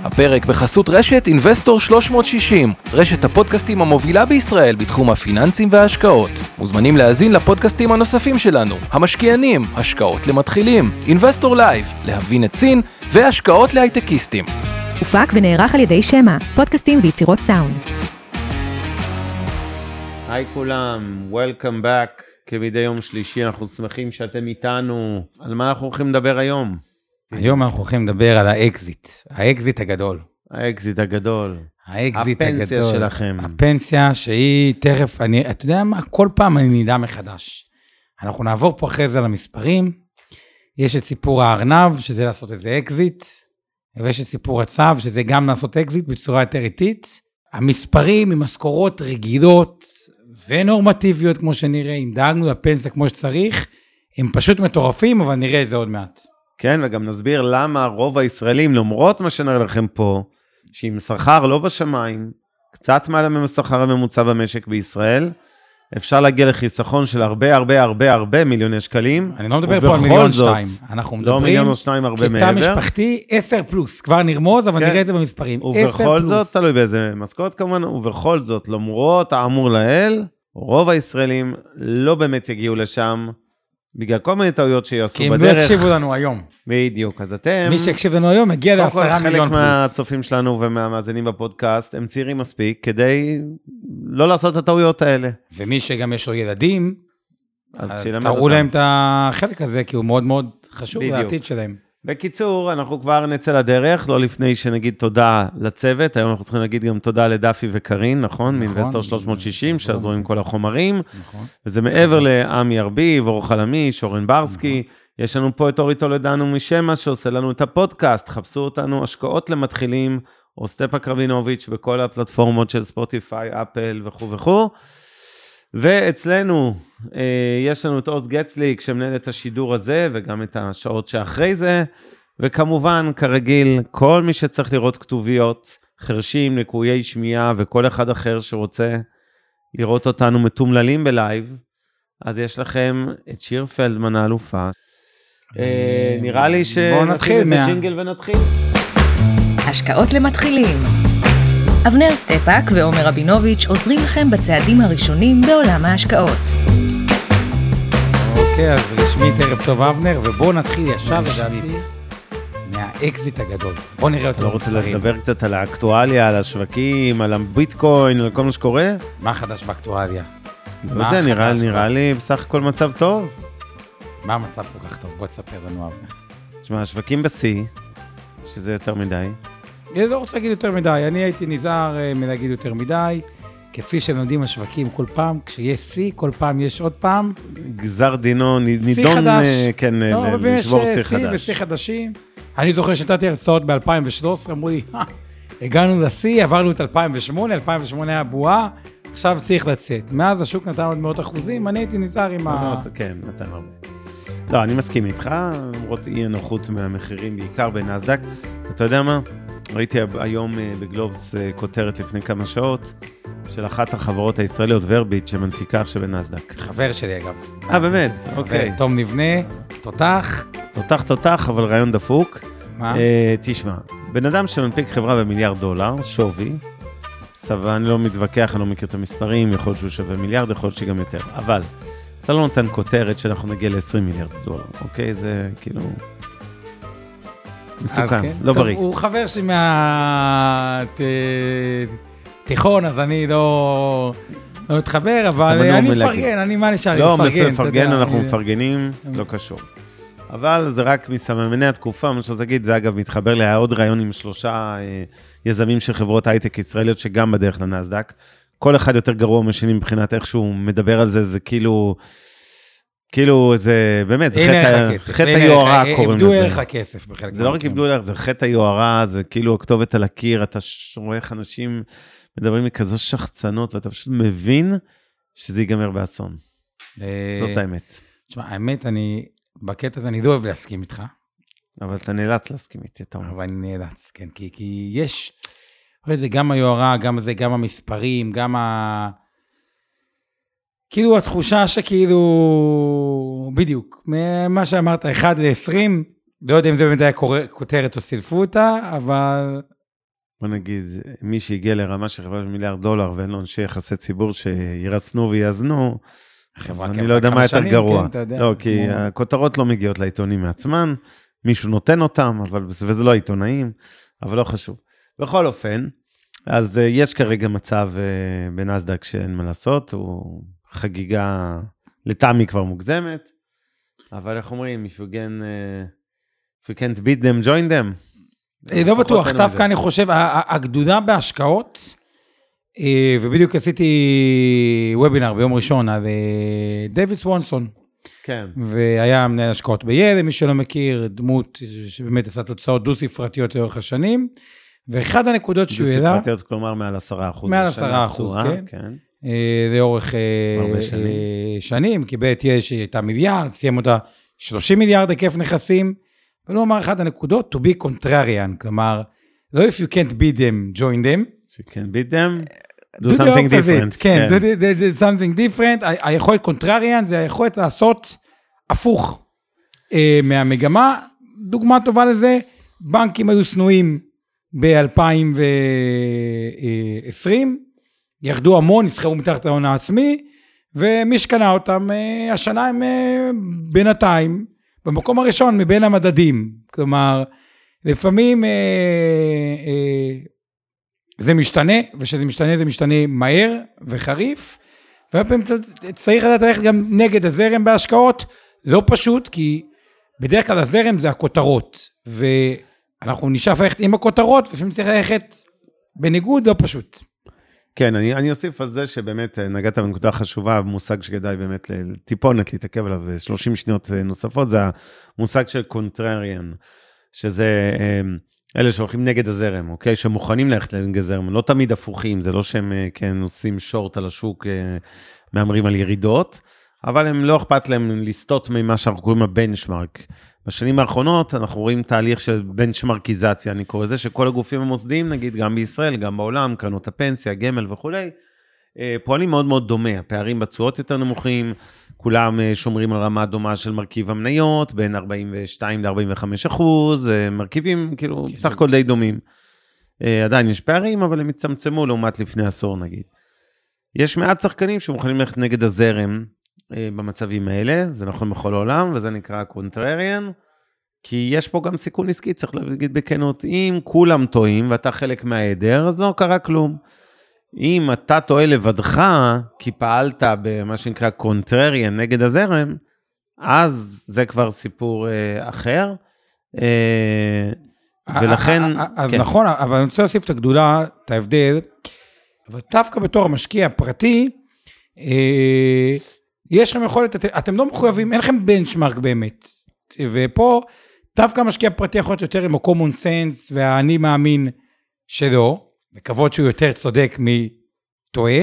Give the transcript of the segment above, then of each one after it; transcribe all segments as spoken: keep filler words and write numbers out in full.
הפרק בחסות רשת אינבסטור שלוש מאות שישים, רשת הפודקאסטים המובילה בישראל בתחום הפיננסים וההשקעות. מוזמנים להאזין לפודקאסטים הנוספים שלנו, המשקיענים, השקעות למתחילים, אינבסטור לייב, להבין את סין והשקעות להייטקיסטים. הופק ונערך על ידי שמה, פודקאסטים ויצירות סאונד. היי כולם, welcome back. כמדי יום שלישי, אנחנו שמחים שאתם איתנו. על מה אנחנו הולכים לדבר היום? היום אנחנו הולכים לדבר על האקזיט, האקזיט הגדול. האקזיט הגדול. האקזיט הפנסיה הגדול. שלכם. הפנסיה שהיא תכף, אני, אתה יודע מה, כל פעם אני נדע מחדש. אנחנו נעבור פה אחרי זה למספרים. יש את סיפור הארנב, שזה לעשות איזה אקזיט, ויש את סיפור הצו, שזה גם לעשות אקזיט בצורה יותר איטית. המספרים עם משכורות רגילות ונורמטיביות, כמו שנראה, אם דאגנו לפנסיה כמו שצריך, הם פשוט מטורפים, אבל נראה את זה עוד מעט. כן, וגם נסביר למה רוב הישראלים, למרות מה שנראה לכם פה, שעם שכר לא בשמיים, קצת מעלה מהשכר הממוצע במשק בישראל, אפשר להגיע לחיסכון של הרבה הרבה הרבה הרבה מיליוני שקלים. אני לא מדבר פה על מיליון שתיים. אנחנו מדברים, לא מיליון או שניים, הרבה מעבר. כיתה משפחתי, עשר פלוס. כבר נרמוז, אבל נראה את זה במספרים. ובכל זאת, תלוי באיזה משכורת כמובן, ובכל זאת, למרות האמור לאל, רוב הישראלים לא באמת יגיעו לשם, בגלל כל מיני טעויות שיעשו בדרך. כי הם לא יקשיבו לנו היום. בדיוק, אז אתם... מי שיקשיב לנו היום מגיע לעשרה מיליון פלוס. חלק מהצופים שלנו ומהמאזינים בפודקאסט, הם צעירים מספיק, כדי לא לעשות את הטעויות האלה. ומי שגם יש לו ילדים, אז, אז תראו להם את החלק הזה, כי הוא מאוד מאוד חשוב לעתיד שלהם. בקיצור, אנחנו כבר נצא לדרך, לא לפני שנגיד תודה לצוות, היום אנחנו צריכים להגיד גם תודה לדפי וקרין, נכון? מאינבסטור שלוש מאות שישים, שעזרו עם כל החומרים, וזה מעבר לעמי ארביב, אור חלמי, שורן ברסקי, יש לנו פה את אורי טולדנו משמה, שעושה לנו את הפודקאסט, חפשו אותנו, השקעות למתחילים, או סטפה קרבינוביץ' בכל הפלטפורמות של ספוטיפיי, אפל וכו' וכו'. ואצלנו אה, יש לנו את עוז גצליק שמנהל את השידור הזה וגם את השעות שאחרי זה, וכמובן כרגיל כל מי שצריך לראות כתוביות, חרשים, לקויי שמיעה וכל אחד אחר שרוצה לראות אותנו מתומללים בלייב, אז יש לכם את שיר פלדמן האלופה. אה, נראה לי שנתחיל איזה ג'ינגל ונתחיל. השקעות למתחילים. אבנר סטפאק ועומר רבינוביץ' עוזרים לכם בצעדים הראשונים בעולם ההשקעות. אוקיי, אז רשמית ערב טוב אבנר, ובואו נתחיל ישר לדעתי מהאקזיט הגדול. בואו נראה אותו. אתה לא רוצה לדבר קצת על האקטואליה, על השווקים, על הביטקוין, על כל מה שקורה? מה חדש באקטואליה? לא יודע, נראה, נראה לי בסך הכל מצב טוב. מה המצב כל כך טוב? בוא תספר לנו אבנר. תשמע, השווקים בסי, שזה יותר מדי. אני לא רוצה להגיד יותר מדי, אני הייתי נזהר מלהגיד יותר מדי, כפי שנודעים השווקים כל פעם, כשיש סי, כל פעם יש עוד פעם. גזר דינו, נידון, כן, לשבור סי חדש. סי וסי חדשים. אני זוכר שנתתי הרצאות ב-אלפיים ושלוש עשרה, אמרו לי, הגענו לסי, עברנו את אלפיים ושמונה, אלפיים ושמונה היה בועה, עכשיו צריך לצאת. מאז השוק נתן עוד מאות אחוזים, אני הייתי נזהר עם ה... כן, נתן הרבה. לא, אני מסכים איתך, למרות אי הנוחות מהמחירים, בעיקר בנסדק. אתה יודע מה? ראיתי היום בגלובס כותרת לפני כמה שעות, של אחת החברות הישראליות, ורביט, שמנפיקה עכשיו בנסדק. חבר שלי אגב. אה, באמת? אוקיי. תום נבנה, תותח. תותח, תותח, אבל רעיון דפוק. מה? תשמע, בן אדם שמנפיק חברה במיליארד דולר, שווי, סבבה, אני לא מתווכח, אני לא מכיר את המספרים, יכול להיות שהוא שווה מיליארד, יכול להיות שגם יותר. אבל, אתה לא נותן כותרת שאנחנו נגיע ל-עשרים מיליארד דולר, אוקיי? זה כאילו... מסוכן, כן. לא טוב, בריא. הוא חבר שלי מהתיכון, אז אני לא, לא מתחבר, אבל אני מפרגן, אני מה נשאר לי לא, מפרגן. לא, מפרגן, אנחנו אני... מפרגנים, זה לא קשור. אבל זה רק מסממני התקופה, מה שזה להגיד, זה אגב מתחבר לי, היה עוד רעיון עם שלושה אה, יזמים של חברות הייטק ישראליות, שגם בדרך לנסדק, כל אחד יותר גרוע משני מבחינת איך שהוא מדבר על זה, זה כאילו... כאילו, זה באמת, זה חטא היוערה קוראים לזה. איבדו ערך הכסף בחלק. זה לא רק איבדו ערך, זה חטא היוערה, זה כאילו הכתובת על הקיר, אתה רואה איך אנשים מדברים מכזו שחצנות, ואתה פשוט מבין שזה ייגמר באסון. זאת האמת. תשמע, האמת, אני, בקטע הזה אני לא אוהב להסכים איתך. אבל אתה נאלץ להסכים איתי, אתה אומר. אבל אני נאלץ, כן, כי יש, זה גם היוערה, גם זה, גם המספרים, גם ה... כאילו התחושה שכאילו, בדיוק, מה שאמרת, אחד ל-עשרים, לא יודע אם זה באמת היה כותרת או סילפו אותה, אבל בוא נגיד, מי שהגיע לרמה של חברה במיליארד דולר, ואין לו אנשי יחסי ציבור שירסנו ויאזנו, אני לא יודע מה יותר גרוע. לא, כי הכותרות לא מגיעות לעיתונים מעצמן, מישהו נותן אותם, וזה לא העיתונאים, אבל לא חשוב. בכל אופן, אז יש כרגע מצב בנסדק שאין מה לעשות, הוא חגיגה לטעמי כבר מוגזמת, אבל איך אומרים, if you can, if you can't beat them, join them. לא בטוח, דווקא אני חושב, הגדודה בהשקעות, ובדיוק עשיתי וובינר ביום ראשון, על דיוויד סוונסון. כן. והיה מנהל השקעות בידע, מי שלא מכיר, דמות שבאמת עשה תוצאות דו-ספרתיות לאורך השנים, ואחד הנקודות שהוא ידע... דו-ספרתיות, כלומר מעל עשרה אחוז. מעל עשרה אחוז, כן. לאורך שנים, כי בעת יש הייתה מיליארד, סיים אותה שלושים מיליארד היקף נכסים, ולא אמר אחד הנקודות, to be contrarian, כלומר, לא if you can't beat them, join them. If you can't beat them, do something different. כן, do something different. היכולת קונטרריאן זה היכולת לעשות הפוך מהמגמה. דוגמה טובה לזה, בנקים היו סנויים ב-אלפיים ועשרים, ירדו המון, נסחרו מתחת להון העצמי, ומי שקנה אותם, השנה הם בינתיים, במקום הראשון מבין המדדים. כלומר, לפעמים... זה משתנה, ושזה משתנה, זה משתנה מהר וחריף, והפעמים צריך לדעת ללכת גם נגד הזרם בהשקעות, לא פשוט, כי בדרך כלל הזרם זה הכותרות, ואנחנו נשאף ללכת עם הכותרות, ולפעמים צריך ללכת בניגוד, לא פשוט. כן, אני, אני אוסיף על זה שבאמת נגעת בנקודה חשובה, מושג שכדאי באמת טיפונת להתעכב עליו, שלושים שניות נוספות, זה המושג של קונטרריאן, שזה... אלה שהולכים נגד הזרם, אוקיי? שמוכנים ללכת נגד הזרם, לא תמיד הפוכים, זה לא שהם כן עושים שורט על השוק, מאמרים על ירידות, אבל הם לא אכפת להם לסטות ממה שאנחנו קוראים הבנצ'מרק. בשנים האחרונות אנחנו רואים תהליך של בנצ'מרקיזציה, אני קורא לזה שכל הגופים המוסדיים, נגיד גם בישראל, גם בעולם, קרנות הפנסיה, גמל וכולי, פועלים מאוד מאוד דומה, הפערים בתשואות יותר נמוכים, כולם שומרים על רמה דומה של מרכיב המניות, בין ארבעים ושתיים ל-ארבעים וחמישה אחוז, מרכיבים כאילו בסך הכל די דומים. עדיין יש פערים, אבל הם מצמצמו לעומת לפני עשור נגיד. יש מעט שחקנים שמוכנים ללכת נגד הזרם במצבים האלה, זה נכון בכל העולם, וזה נקרא קונטרריאן, כי יש פה גם סיכון עסקי, צריך להגיד בכנות, אם כולם טועים ואתה חלק מהעדר, אז לא קרה כלום. אם אתה טועה לבדך, כי פעלת במה שנקרא קונטרריאן נגד הזרם, אז זה כבר סיפור אה, אחר. אה, ולכן... אז כן. נכון, אבל אני רוצה להוסיף את הגדולה, את ההבדל, אבל דווקא בתור המשקיע הפרטי, אה, יש לכם יכולת, את, אתם לא מחויבים, אין לכם בנצ'מרק באמת. ופה דווקא המשקיע הפרטי יכול להיות יותר עם ה-common sense, והאני מאמין שלא, וכבוד שהוא יותר צודק מטועה,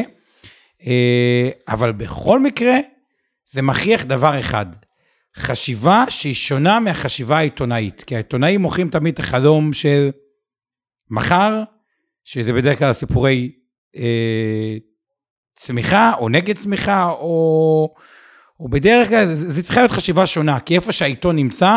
אבל בכל מקרה, זה מכריח דבר אחד, חשיבה שהיא שונה מהחשיבה העיתונאית, כי העיתונאים מוכרים תמיד את החלום של מחר, שזה בדרך כלל סיפורי אה, צמיחה, או נגד צמיחה, או, או בדרך כלל, זה, זה צריכה להיות חשיבה שונה, כי איפה שהעיתון נמצא,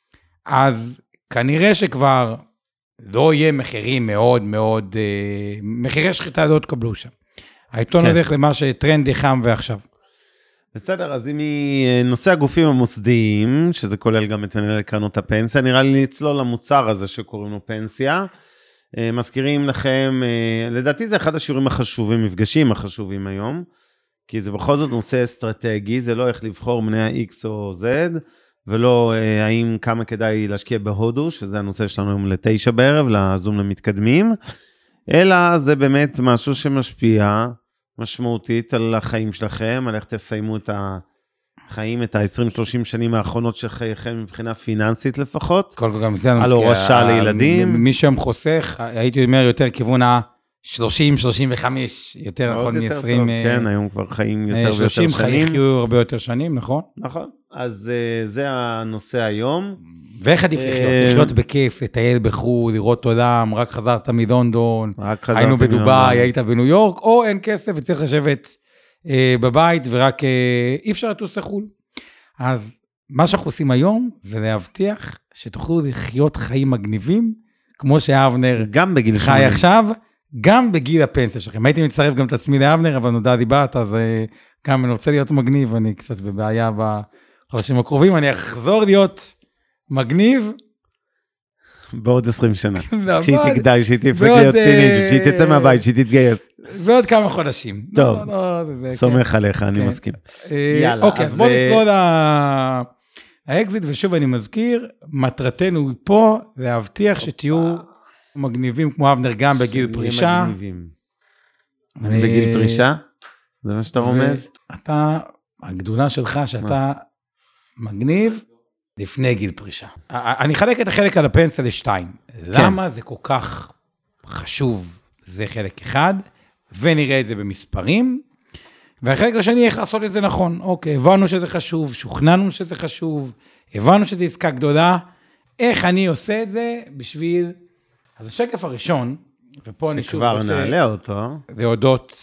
אז כנראה שכבר... לא יהיה מחירים מאוד מאוד, אה, מחירי שחיטה לא תקבלו שם. העיתון כן. הולך למה שטרנדי חם ועכשיו. בסדר, אז אם נושא הגופים המוסדיים, שזה כולל גם את מנהל קרנות הפנסיה, נראה לי לצלול למוצר הזה שקוראים לו פנסיה. אה, מזכירים לכם, אה, לדעתי זה אחד השיעורים החשובים, מפגשים החשובים היום, כי זה בכל זאת נושא אסטרטגי, זה לא איך לבחור מניה X או Z, ולא האם כמה כדאי להשקיע בהודו, שזה הנושא שלנו היום לתשע בערב, לזום למתקדמים, אלא זה באמת משהו שמשפיע משמעותית על החיים שלכם, על איך תסיימו את החיים, את ה-עשרים שלושים שנים האחרונות של חייכם מבחינה פיננסית לפחות, כל כך גם זה על הורשה לילדים. מי שם חוסך, הייתי אומר יותר כיוון ה-שלושים שלושים וחמש, יותר נכון מ-עשרים. כן, היום כבר חיים יותר ויותר שנים. שלושים חיים חיו הרבה יותר שנים, נכון? נכון. אז uh, זה הנושא היום. ואיך עדיף לחיות? לחיות בכיף, לטייל בחו"ל, לראות עולם, רק חזרת מלונדון, היינו בדובאי, היית בניו יורק, או אין כסף וצריך לשבת uh, בבית, ורק uh, אי אפשר לטוס לחו"ל. אז מה שאנחנו עושים היום, זה להבטיח שתוכלו לחיות חיים מגניבים, כמו שאבנר גם בגיל חי שמונים. עכשיו, גם בגיל הפנסיה שלכם. הייתי מצטרף גם את עצמי לאבנר, אבל נודע דיברת, אז גם אני רוצה להיות מגניב, אני קצת בבעיה בחודשים הקרובים, אני אחזור להיות מגניב. בעוד עשרים שנה. שהיא תגדל, שהיא תפסק להיות טינג', שהיא תצא מהבית, שהיא תתגייס. ועוד כמה חודשים. טוב, סומך עליך, אני מסכים. יאללה. אוקיי, אז בואו נצלול האקזיט, ושוב אני מזכיר, מטרתנו פה להבטיח שתהיו מגניבים כמו אבנר גם בגיל פרישה. בגיל פרישה? זה מה שאתה רומז? אתה, הגדולה שלך שאתה מגניב לפני גיל פרישה. אני אחלק את החלק על הפנסיה לשתיים. למה זה כל כך חשוב? זה חלק אחד, ונראה את זה במספרים. והחלק השני, איך לעשות את זה נכון. אוקיי, הבנו שזה חשוב, שוכננו שזה חשוב, הבנו שזה עסקה גדולה. איך אני עושה את זה בשביל... אז השקף הראשון, ופה אני שוב רוצה... שכבר נעלה אותו. להודות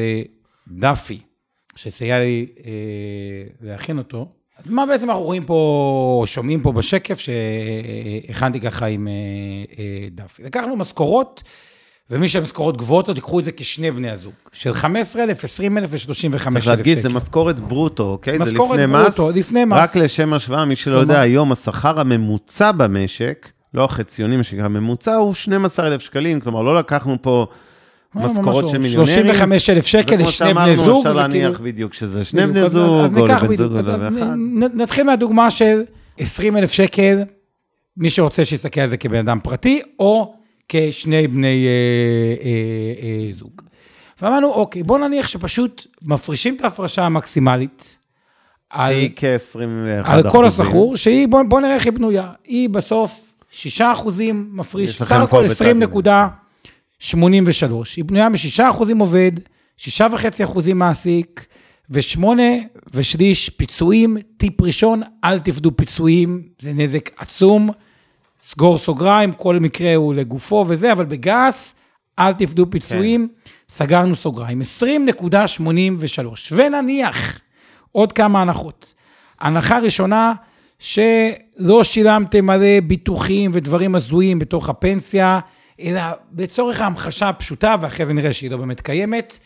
לדפי, שסייע לי אה, להכין אותו. אז מה בעצם אנחנו רואים פה, שומעים פה בשקף, שהכנתי ככה עם אה, אה, דפי. לקחנו משכורות, ומי שהמשכורות גבוהות, תיקחו את זה כשני בני הזוג, של חמישה עשר אלף, עשרים אלף ו-שלושים וחמישה אלף שקל. צריך להדגיש, זה משכורת ברוטו, אוקיי? זה לפני מס. לפני מס. רק לשם השוואה, מי שלא יודע, היום השכר הממוצע במשק, לא החציוני, מה שגם הממוצע, הוא שנים עשר אלף שקלים, כלומר, לא לקחנו פה משכורות של מיליונרים. שלושים וחמישה אלף שקל לשני בני זוג. וכמו שאמרנו, אפשר להניח בדיוק שזה שני בני זוג, או לבן זוג, אז נתחיל מהדוגמה של עשרים אלף שקל, מי שרוצה שיסתכל על זה כבן אדם פרטי, או כשני בני אה, אה, אה, זוג. ואמרנו, אוקיי, בוא נניח שפשוט מפרישים את ההפרשה המקסימלית, שהיא כ-עשרים ואחד על כל הסחור, שהיא, בוא, בוא נראה איך היא בנויה, היא בסוף שישה אחוזים מפריש, סך הכל עשרים נקודה שמונים ושלוש, היא בנויה מ-שישה אחוזים עובד, שישה וחצי אחוזים מעסיק, ושמונה ושליש פיצויים, טיפ ראשון, אל תפדו פיצויים, זה נזק עצום, סגור סוגריים, כל מקרה הוא לגופו וזה, אבל בגס, אל תפדו פיצויים, כן. סגרנו סוגריים, עשרים נקודה שמונים ושלוש, ונניח עוד כמה הנחות. הנחה ראשונה, שלא שילמתם מלא ביטוחים ודברים הזויים בתוך הפנסיה, אלא לצורך ההמחשה הפשוטה, ואחרי זה נראה שהיא לא באמת קיימת,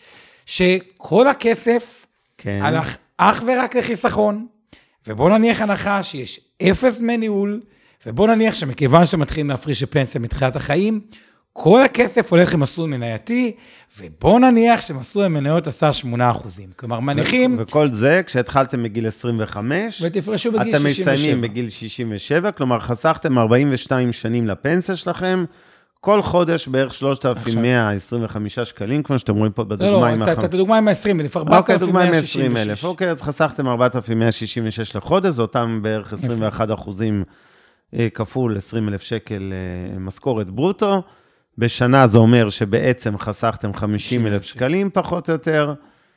שכל הכסף כן. הלך אך ורק לחיסכון, ובוא נניח הנחה שיש אפס מניהול, ובוא נניח שמכיוון שאתם מתחילים להפריש לפנסיה מתחילת החיים, כל הכסף הולך למסלול מנייתי, ובוא נניח שמסלול המניות עשה שמונה אחוזים. כלומר, מניחים... וכל זה, כשהתחלתם בגיל עשרים וחמש, ותפרשו בגיל אתם שישים ושבע. מסיימים בגיל שישים ושבע, כלומר, חסכתם ארבעים ושתיים שנים לפנסיה שלכם, כל חודש בערך שלושת אלפים מאה עשרים וחמישה שקלים, כמו שאתם רואים פה בדוגמה עם... לא, לא, את הדוגמה עם ה-עשרים אלף, ארבעת אלפים מאה שישים ושש. אוקיי, אז חסכתם ארבעת אלפים מאה שישים ושש לחודש, זה אותם בערך עשרים ואחד אחוזים כפול עשרים אלף שקל משכורת ברוטו. בשנה זה אומר שבעצם חסכתם חמישים אלף שקלים פחות או יותר,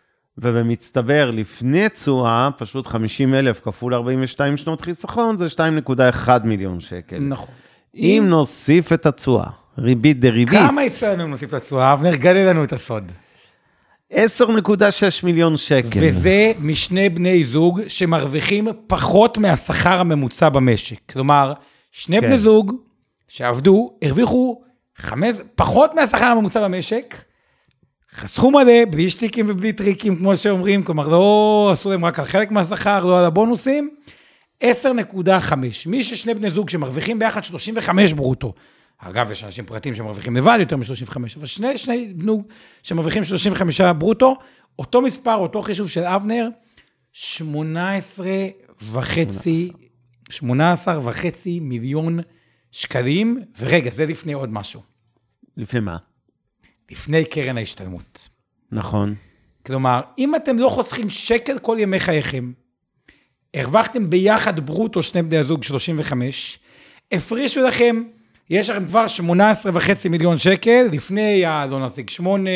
ובמצטבר לפני צועה, פשוט חמישים אלף כפול ארבעים ושתיים שנות חיסכון, זה שתיים נקודה אחת מיליון שקל. נכון. אם נוסיף את הצועה, ריבית דריבית. כמה יצאנו נוסיף את הצועה? אבנר, גלה לנו את הסוד. עשר נקודה שש מיליון שקל. וזה משני בני זוג שמרוויחים פחות מהשכר הממוצע במשק. כלומר, שני כן. בני זוג שעבדו, הרוויחו חמש, פחות מהשכר הממוצע במשק, חסכו מלא, בלי שטיקים ובלי טריקים, כמו שאומרים, כלומר, לא עשו להם רק על חלק מהשכר, לא על הבונוסים, עשר נקודה חמש. מי ששני בני זוג שמרוויחים ביחד שלושים וחמש ברוטו, אגב, יש אנשים פרטיים שמרוויחים לבד יותר מ-שלושים וחמש, אבל שני, שני בנו שמרוויחים שלושים וחמש ברוטו, אותו מספר, אותו חישוב של אבנר, שמונה עשרה וחצי, שמונה עשרה וחצי מיליון שקלים, ורגע, זה לפני עוד משהו. לפני מה? לפני קרן ההשתלמות. נכון. כלומר, אם אתם לא חוסכים שקל כל ימי חייכם, הרווחתם ביחד ברוטו שני בני הזוג שלושים וחמש, הפרישו לכם, יש לכם כבר שמונה עשרה וחצי מיליון שקל, לפני, לא נשיג, שמונה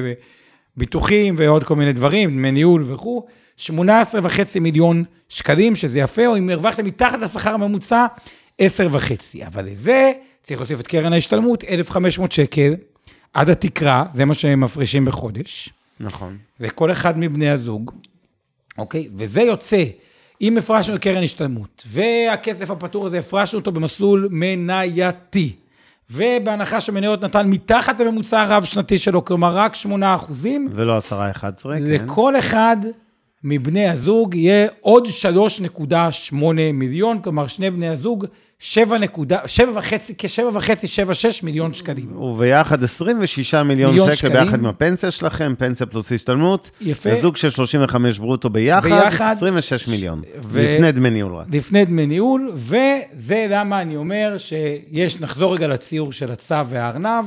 ביטוחים ועוד כל מיני דברים, מניהול וכו', שמונה עשרה וחצי מיליון שקלים, שזה יפה, או אם הרווחתם מתחת לשכר הממוצע, עשר וחצי. אבל לזה צריך להוסיף את קרן ההשתלמות, אלף וחמש מאות שקל, עד התקרה, זה מה שהם מפרישים בחודש. נכון. לכל אחד מבני הזוג, אוקיי? וזה יוצא, אם הפרשנו לקרן השתלמות, והכסף הפטור הזה, הפרשנו אותו במסלול מנייתי, ובהנחה שמניות נתן מתחת לממוצע הרב שנתי שלו, כלומר רק שמונה אחוזים. ולא עשרה אחד עשרה, כן. לכל אחד מבני הזוג יהיה עוד שלוש נקודה שמונה מיליון, כלומר שני בני הזוג, שבע נקודה, שבע וחצי, כשבע וחצי, שבע, שש מיליון שקלים. וביחד עשרים ושישה מיליון, מיליון שקל שקלים. ביחד עם הפנסיה שלכם, פנסיה פלוס השתלמות. יפה. לזוג של שלושים וחמש ברוטו ביחד, ביחד עשרים ושש מיליון. ו... לפני דמי ניהול. רק. לפני דמי ניהול, וזה למה אני אומר שיש, נחזור רגע לציור של הצו והארנב,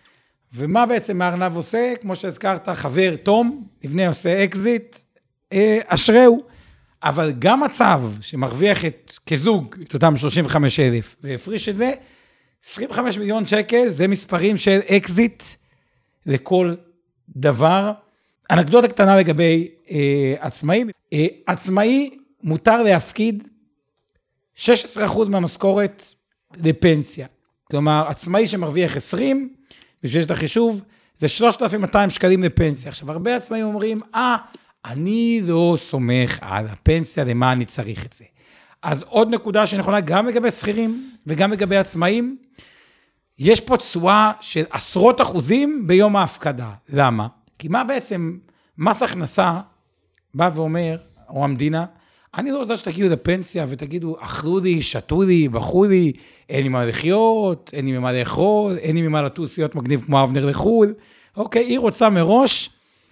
ומה בעצם הארנב עושה? כמו שהזכרת, חבר תום, לבני עושה אקזיט, אשרהו. אבל גם הצו שמרוויח את, כזוג, את אותם שלושים וחמישה אלף, והפריש את זה, עשרים וחמישה מיליון שקל, זה מספרים של אקזיט לכל דבר. אנקדוטה קטנה לגבי אה, עצמאי. אה, עצמאי מותר להפקיד שישה עשר אחוז מהמשכורת לפנסיה. כלומר, עצמאי שמרוויח עשרים, בשביל את החישוב, זה שלושת אלפים מאתיים שקלים לפנסיה. עכשיו, הרבה עצמאים אומרים, אה, אני לא סומך על הפנסיה, למה אני צריך את זה. אז עוד נקודה שנכונה, גם לגבי שכירים וגם לגבי עצמאים, יש פה תשואה של עשרות אחוזים ביום ההפקדה. למה? כי מה בעצם מס הכנסה בא ואומר, או המדינה, אני לא רוצה שתגיעו לפנסיה ותגידו, אכלו לי, שתו לי, בחו לי, אין לי מה לחיות, אין לי מה לאכול, אין לי מה לטוס להיות מגניב כמו אבנר לחול. אוקיי, היא רוצה מראש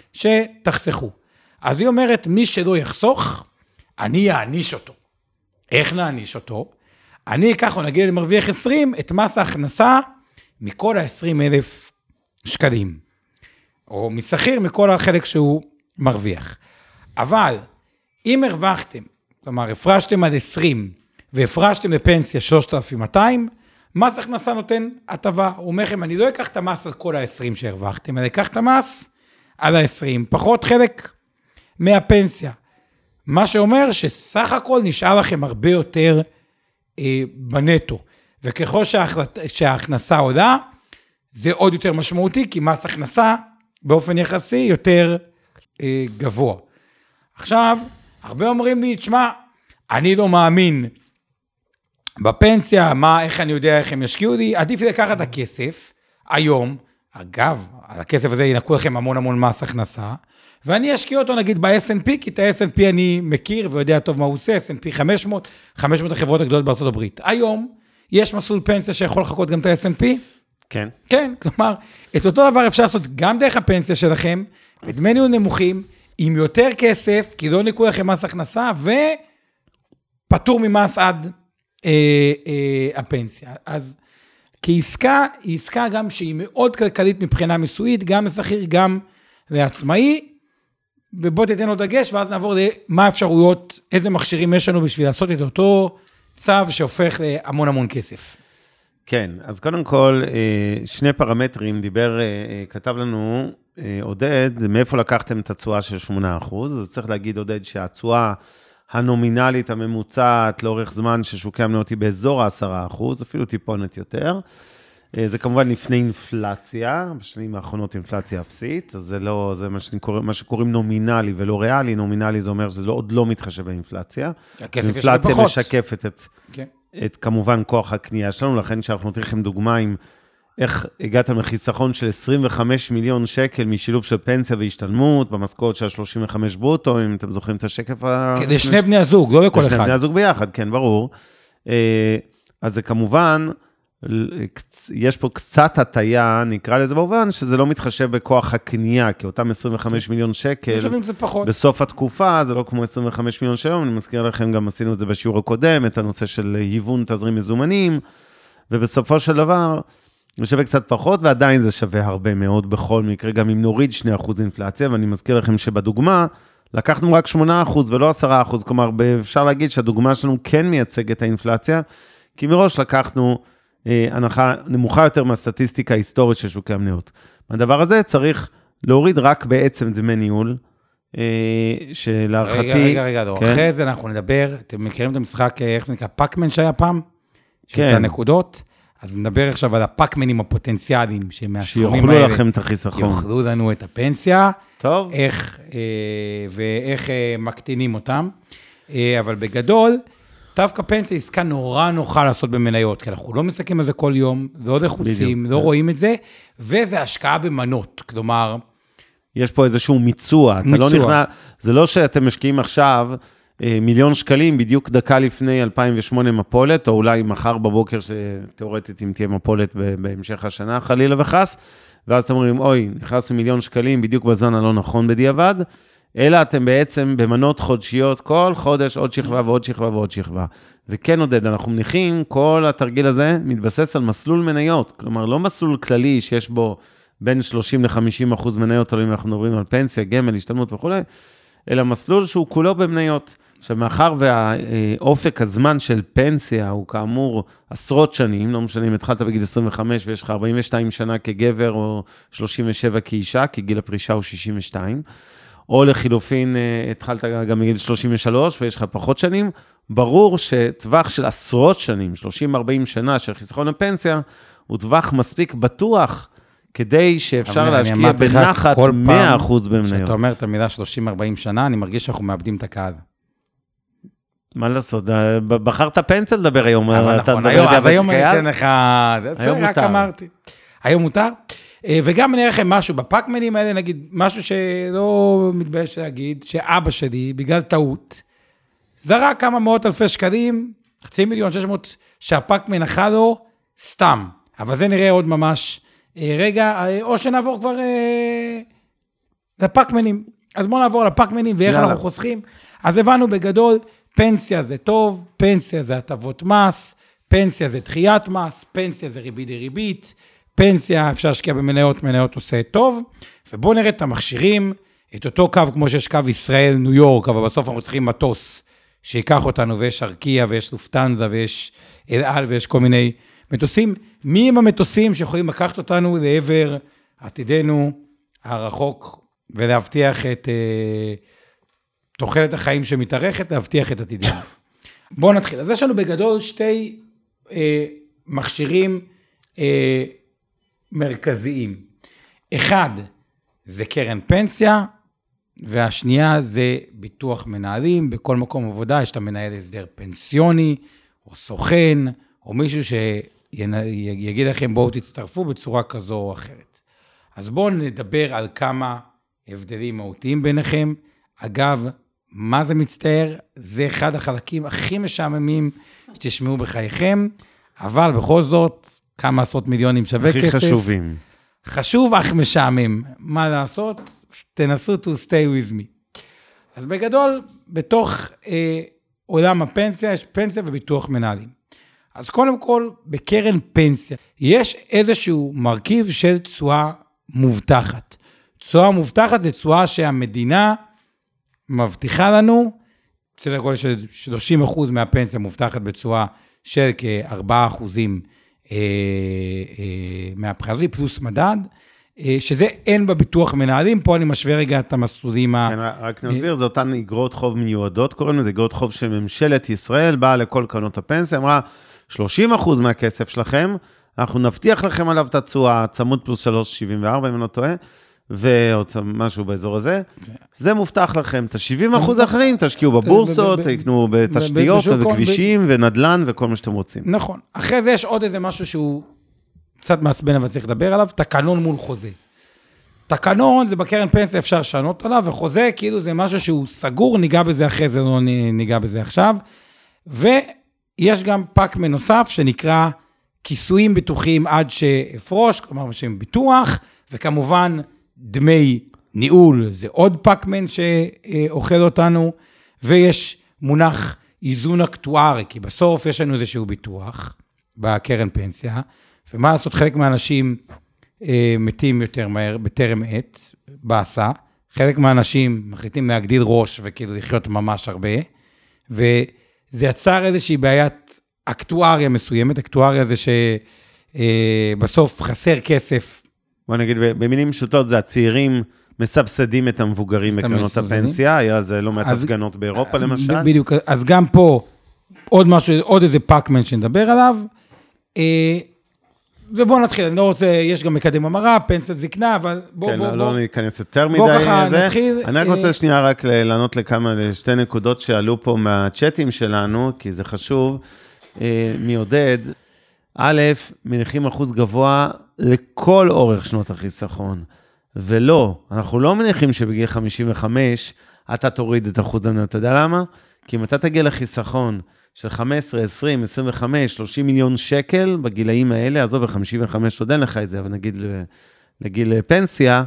שתחסכו. אז היא אומרת, מי שלא יחסוך, אני אעניש אותו. איך נעניש אותו? אני אקח או נגיד למרוויח עשרים, את מס ההכנסה מכל ה-עשרים אלף שקלים. או משכיר מכל החלק שהוא מרוויח. אבל אם הרווחתם, כלומר, הפרשתם עד עשרים, והפרשתם לפנסיה שלושת אלפים ומאתיים, מס הכנסה נותן הטבה. הוא אומר לכם, אני לא אקח את המס על כל ה-עשרים שהרווחתם, אני אקח את המס על ה-עשרים, פחות חלק מהפנסיה. מה שאומר שסך הכל נשאר לכם הרבה יותר אה, בנטו. וככל שההחלט, שההכנסה עולה, זה עוד יותר משמעותי, כי מס הכנסה באופן יחסי יותר אה, גבוה. עכשיו, הרבה אומרים לי, תשמע, אני לא מאמין בפנסיה, מה, איך אני יודע איך הם ישקיעו לי, עדיף לקחת את הכסף, היום, אגב, על הכסף הזה ינקו לכם המון המון מס הכנסה, ואני אשקיע אותו נגיד ב-אס אנד פי, כי את ה-אס אנד פי אני מכיר ויודע טוב מה הוא עושה, אס אנד פי חמש מאות, חמש מאות החברות הגדולות בארצות הברית. היום, יש מסלול פנסיה שיכול לחכות גם את ה-אס אנד פי? כן. כן, כלומר, את אותו דבר אפשר לעשות גם דרך הפנסיה שלכם, בדמי ניהול נמוכים, עם יותר כסף, כי לא ניקו לכם מס הכנסה, ופטור ממס עד אה, אה, הפנסיה. אז כעסקה, היא עסקה גם שהיא מאוד כלכלית מבחינה מיסויית, גם לשכיר, גם לעצמאי, ובוא תתן לו דגש, ואז נעבור למה האפשרויות, איזה מכשירים יש לנו בשביל לעשות את אותו צו שהופך להמון המון כסף. כן, אז קודם כל, שני פרמטרים, דיבר, כתב לנו עודד, מאיפה לקחתם את התשואה של שמונה אחוז, אז צריך להגיד עודד שהתשואה הנומינלית הממוצעת לאורך זמן ששוקי המניות היא באזור ה-עשרה אחוז, אפילו טיפונת יותר. זה כמובן לפני אינפלציה, בשנים האחרונות אינפלציה אפסית, אז זה לא, זה מה, שקורא, מה שקוראים נומינלי ולא ריאלי, נומינלי זה אומר שזה לא, עוד לא מתחשב באינפלציה. אינפלציה משקפת את, okay. את כמובן כוח הקנייה שלנו, לכן שאנחנו נותנים לכם דוגמה עם איך הגעתם לחיסכון של עשרים וחמישה מיליון שקל משילוב של פנסיה והשתלמות, במשכורת של שלושים וחמש ברוטו, אם אתם זוכרים את השקף ה... כדי שני בני הזוג, לא לכל אחד. שני בני הזוג ביחד, כן, ברור. אז זה כמובן, יש פה קצת הטיה, נקרא לזה במובן, שזה לא מתחשב בכוח הקנייה, כי אותם עשרים וחמישה מיליון שקל, בסוף התקופה, זה לא כמו עשרים וחמישה מיליון שקל, אני מזכיר לכם, גם עשינו את זה בשיעור הקודם, את הנושא של היוון תזרים מזומנים, ובסופו של דבר, זה שווה קצת פחות, ועדיין זה שווה הרבה מאוד בכל מקרה, גם אם נוריד שני אחוז אינפלציה, ואני מזכיר לכם שבדוגמה, לקחנו רק שמונה אחוז ולא עשרה אחוז, כלומר, אפשר להגיד שהדוגמה שלנו כן מייצג את האינפלציה, כי מראש לקחנו אה, הנחה נמוכה יותר מהסטטיסטיקה ההיסטורית של שוקי המניות. מהדבר הזה צריך להוריד רק בעצם דמי ניהול, אה, שלהערכתי... רגע, רגע, רגע, כן? אחרי זה אנחנו נדבר, אתם מכירים את המשחק, איך זה נקרא, פאקמן שהיה פעם? כן. הנקודות? אז נדבר עכשיו על הפאקמנים הפוטנציאליים, שיוכלו האלה, לכם את החיסכון. יוכלו לנו את הפנסיה, טוב. איך, אה, ואיך אה, מקטינים אותם. אה, אבל בגדול, דווקא פנסיה עסקה נורא נוחה לעשות במניות, כי אנחנו לא מסתכלים על זה כל יום, לא עוד לחוצים, לא רואים את זה, וזה השקעה במנות, כלומר... יש פה איזשהו מיצוע, אתה לא נכנע, זה לא שאתם משקיעים עכשיו מיליון שקלים, בדיוק דקה לפני אלפיים ושמונה מפולת, או אולי מחר בבוקר, שתיאורטית אם תהיה מפולת בהמשך השנה, חלילה וחס, ואז אתם אומרים, אוי, נכנסנו מיליון שקלים, בדיוק בזמן הלא נכון בדיעבד, אלא אתם בעצם במנות חודשיות, כל חודש עוד שכבה ועוד שכבה ועוד שכבה. וכן עודד, אנחנו מניחים, כל התרגיל הזה מתבסס על מסלול מניות, כלומר, לא מסלול כללי שיש בו בין שלושים ל-חמישים אחוז מניות, או אם אנחנו מדברים על פנסיה, גמל, השתלמות וכו', אלא מסלול שהוא כולו במניות. עכשיו, מאחר והאופק הזמן של פנסיה הוא כאמור עשרות שנים, לא משנה אם התחלת בגיל עשרים וחמש ויש לך ארבעים ושתיים שנה כגבר, או שלושים ושבע כאישה, כי גיל הפרישה הוא שישים ושתיים, או לחילופין, התחלת גם בגיל שלושים ושלוש ויש לך פחות שנים, ברור שטווח של עשרות שנים, שלושים ארבעים שנה של חיסכון לפנסיה, הוא טווח מספיק בטוח, כדי שאפשר להשקיע בנחת מאה אחוז במניות. כשאתה אומר את המילה שלושים ארבעים שנה, אני מרגיש שאנחנו מאבדים את הקהל. מה לעשות? בחרת פנסיה לדבר היום. נכון, אז היום אני אתן לך... היום רק אמרתי. היום מותר? וגם אני אראה לכם משהו, בפאקמנים האלה, נגיד, משהו שלא מתבייש להגיד, שאבא שלי, בגלל טעות, זרק כמה מאות אלפי שקלים, חצי מיליון, שש מאות, שהפאקמן אכל לו סתם. אבל זה נראה עוד ממש רגע, או שנעבור כבר לפאקמנים. אז בואו נעבור לפאקמנים, ואיך אנחנו חוסכים. אז הבנו בגדול, פנסיה זה טוב, פנסיה זה הטבות מס, פנסיה זה דחיית מס, פנסיה זה ריבית דריבית, פנסיה אפשר להשקיע במניות, מניות עושה טוב, ובואו נראה את המכשירים, את אותו קו כמו שיש קו ישראל, ניו יורק, אבל בסוף אנחנו צריכים מטוס שיקח אותנו, ויש ארקיה, ויש לופטנזה, ויש אל על, ויש כל מיני מטוסים. מי הם המטוסים שיכולים לקחת אותנו לעבר עתידנו הרחוק, ולהבטיח את uh, תוחלת החיים שמתארכת, להבטיח את עתידנו. בואו נתחיל. אז יש לנו בגדול שתי uh, מכשירים uh, מרכזיים. אחד, זה קרן פנסיה, והשנייה זה ביטוח מנהלים. בכל מקום עבודה יש את המנהל הסדר פנסיוני, או סוכן, או מישהו שיגיד לכם בואו תצטרפו בצורה כזו או אחרת. אז בואו נדבר על כמה הבדלים מהותיים ביניכם. אגב, מה זה מצטער? זה אחד החלקים הכי משעממים שתשמעו בחייכם, אבל בכל זאת, כמה עשרות מיליונים שווה הכי כסף. הכי חשובים. חשוב אך משעמם. מה לעשות? תנסו to stay with me. אז בגדול, בתוך אה, עולם הפנסיה, יש פנסיה וביטוח מנהלים. אז קודם כל, בקרן פנסיה, יש איזשהו מרכיב של תשואה מובטחת. תשואה מובטחת זה תשואה שהמדינה מבטיחה לנו, סדר גודל של שלושים אחוז מהפנסיה מובטחת בתשואה של כ-ארבעה אחוזים אה, אה, מהפחזי, פלוס מדד, אה, שזה אין בביטוח מנהלים, פה אני משווה רגע את המסלולים. כן, ה... רק נסביר, זה אותן אגרות חוב מיועדות, קוראים לזה אגרות חוב של ממשלת ישראל, באה לכל קרנות הפנסיה, אמרה, שלושים אחוז מהכסף שלכם, אנחנו נבטיח לכם עליו את התשואה, צמוד פלוס שלוש שבעים וארבע, אם אני לא טועה, ועוד משהו באזור הזה, זה מובטח לכם, את ה-שבעים אחוז האחרים, תשקיעו בבורסות, תקנו בתשתיות ובכבישים ונדלן וכל מה שאתם רוצים. נכון. אחרי זה יש עוד איזה משהו שהוא קצת מעצבן, אבל צריך לדבר עליו, תקנון מול חוזה. תקנון זה בקרן פנסיה, אפשר לשנות עליו, וחוזה כאילו זה משהו שהוא סגור, ניגע בזה אחרי זה, לא ניגע בזה עכשיו. ויש גם פאק מנוסף שנקרא כיסויים ביטוחיים עד שאפרוש, כלומר משם ביטוח, וכמובן דמי ניהול, זה עוד פאקמן שאוכל אותנו, ויש מונח איזון אקטוארי, כי בסוף יש לנו איזשהו ביטוח בקרן פנסיה, ומה לעשות, חלק מהאנשים אה, מתים יותר מהר, בטרם עת, בעשה, חלק מהאנשים מחליטים להגדיל ראש, וכאילו לחיות ממש הרבה, וזה יצר איזושהי בעיית אקטואריה מסוימת, אקטואריה זה שבסוף חסר כסף, בוא נגיד, במילים פשוטות, זה הצעירים מסבסדים את המבוגרים בקרנות הפנסיה, היה זה לא מעט הפגנות באירופה למשל. בדיוק, אז גם פה, עוד משהו, עוד איזה פאקמן שנדבר עליו, ובואו נתחיל, אני לא רוצה, יש גם מקדם המרה, פנסיה זקנה, אבל בואו, כן, בואו, לא בואו. ניכנס יותר מדי. בואו ככה נתחיל. אני רק רוצה שנייה רק לענות לכמה, לשתי נקודות שעלו פה מהצ'אטים שלנו, כי זה חשוב, מעודד, א', מניחים אחוז גבוה לכל אורך שנות החיסכון, ולא, אנחנו לא מניחים שבגיל חמישים וחמש, אתה תוריד את אחוז המניות, אתה יודע למה? כי אם אתה תגיע לחיסכון של חמש עשרה, עשרים, עשרים וחמש, שלושים מיליון שקל בגילאים האלה, אז לא ב-חמישים וחמש עוד אין לך את זה, אבל נגיד לגיל פנסיה,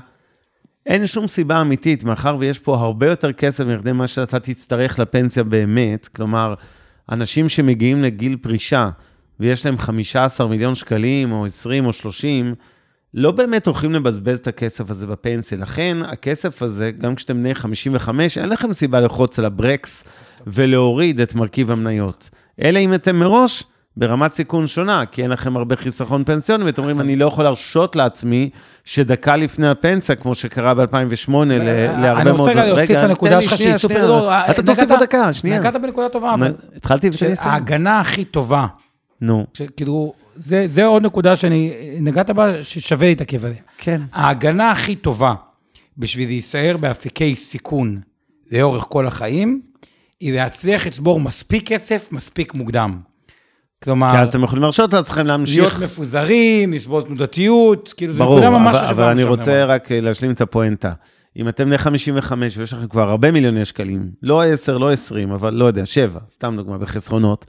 אין שום סיבה אמיתית, מאחר ויש פה הרבה יותר כסף מרדי מה שאתה תצטרך לפנסיה באמת, כלומר, אנשים שמגיעים לגיל פרישה, ויש להם חמישה עשר מיליון שקלים, או עשרים או שלושים, לא באמת הולכים לבזבז את הכסף הזה בפנסיה. לכן, הכסף הזה, גם כשאתם בני חמישים וחמש, אין לכם סיבה לחוץ על הברקס, ולהוריד את מרכיב המניות. אלא אם אתם מראש, ברמת סיכון שונה, כי אין לכם הרבה חיסכון פנסיוני, ואתם אומרים, אני לא יכול להרשות לעצמי, שדקה לפני הפנסיה, כמו שקרה ב-אלפיים ושמונה, להרבה מאוד... אני רוצה להוסיף לנקודה שלך שהיא סופר... אתה תוסיף בדקה, שנייה. נגעת בנקודה טובה, אבל... התחלתי ושני סיים. ההגנה הכי טובה. נו. כאילו, זה עוד נקודה שאני נגעת בה, ששווה להתעכב עליה. כן. ההגנה הכי טובה, בשביל להישאר באפיקי סיכון, לאורך כל החיים, היא להצליח לצבור מספיק כסף, מספיק מוקדם. כלומר... כי אז אתם יכולים להרשות לעצמכם להמשיך... להיות מפוזרים, לסבול תנודתיות, כאילו ברור, זה נקודה ממש... אבל, אבל אני רוצה רק להשלים את הפואנטה. אם אתם בני חמישים וחמש, ויש לכם כבר הרבה מיליוני שקלים, לא עשר, לא עשרים, אבל לא יודע, שבע, סתם דוגמה, בחסרונות,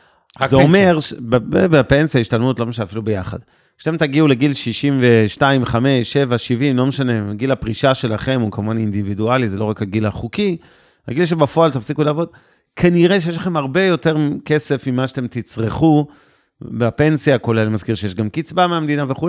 זה אומר, בפנסיה, השתלמות, לא משנה, אפילו ביחד. כשאתם תגיעו לגיל שישים ושתיים, חמש, שבע, שבעים, לא משנה, גיל הפרישה שלכם הוא כמובן אינדיבידואלי, זה לא רק הגיל החוקי, הגיל שבפועל תפסיקו לעבוד, כנראה שיש לכם הרבה יותר כסף ממה שאתם תצרכו בפנסיה, כולל מזכיר שיש גם קצבה מהמדינה וכו',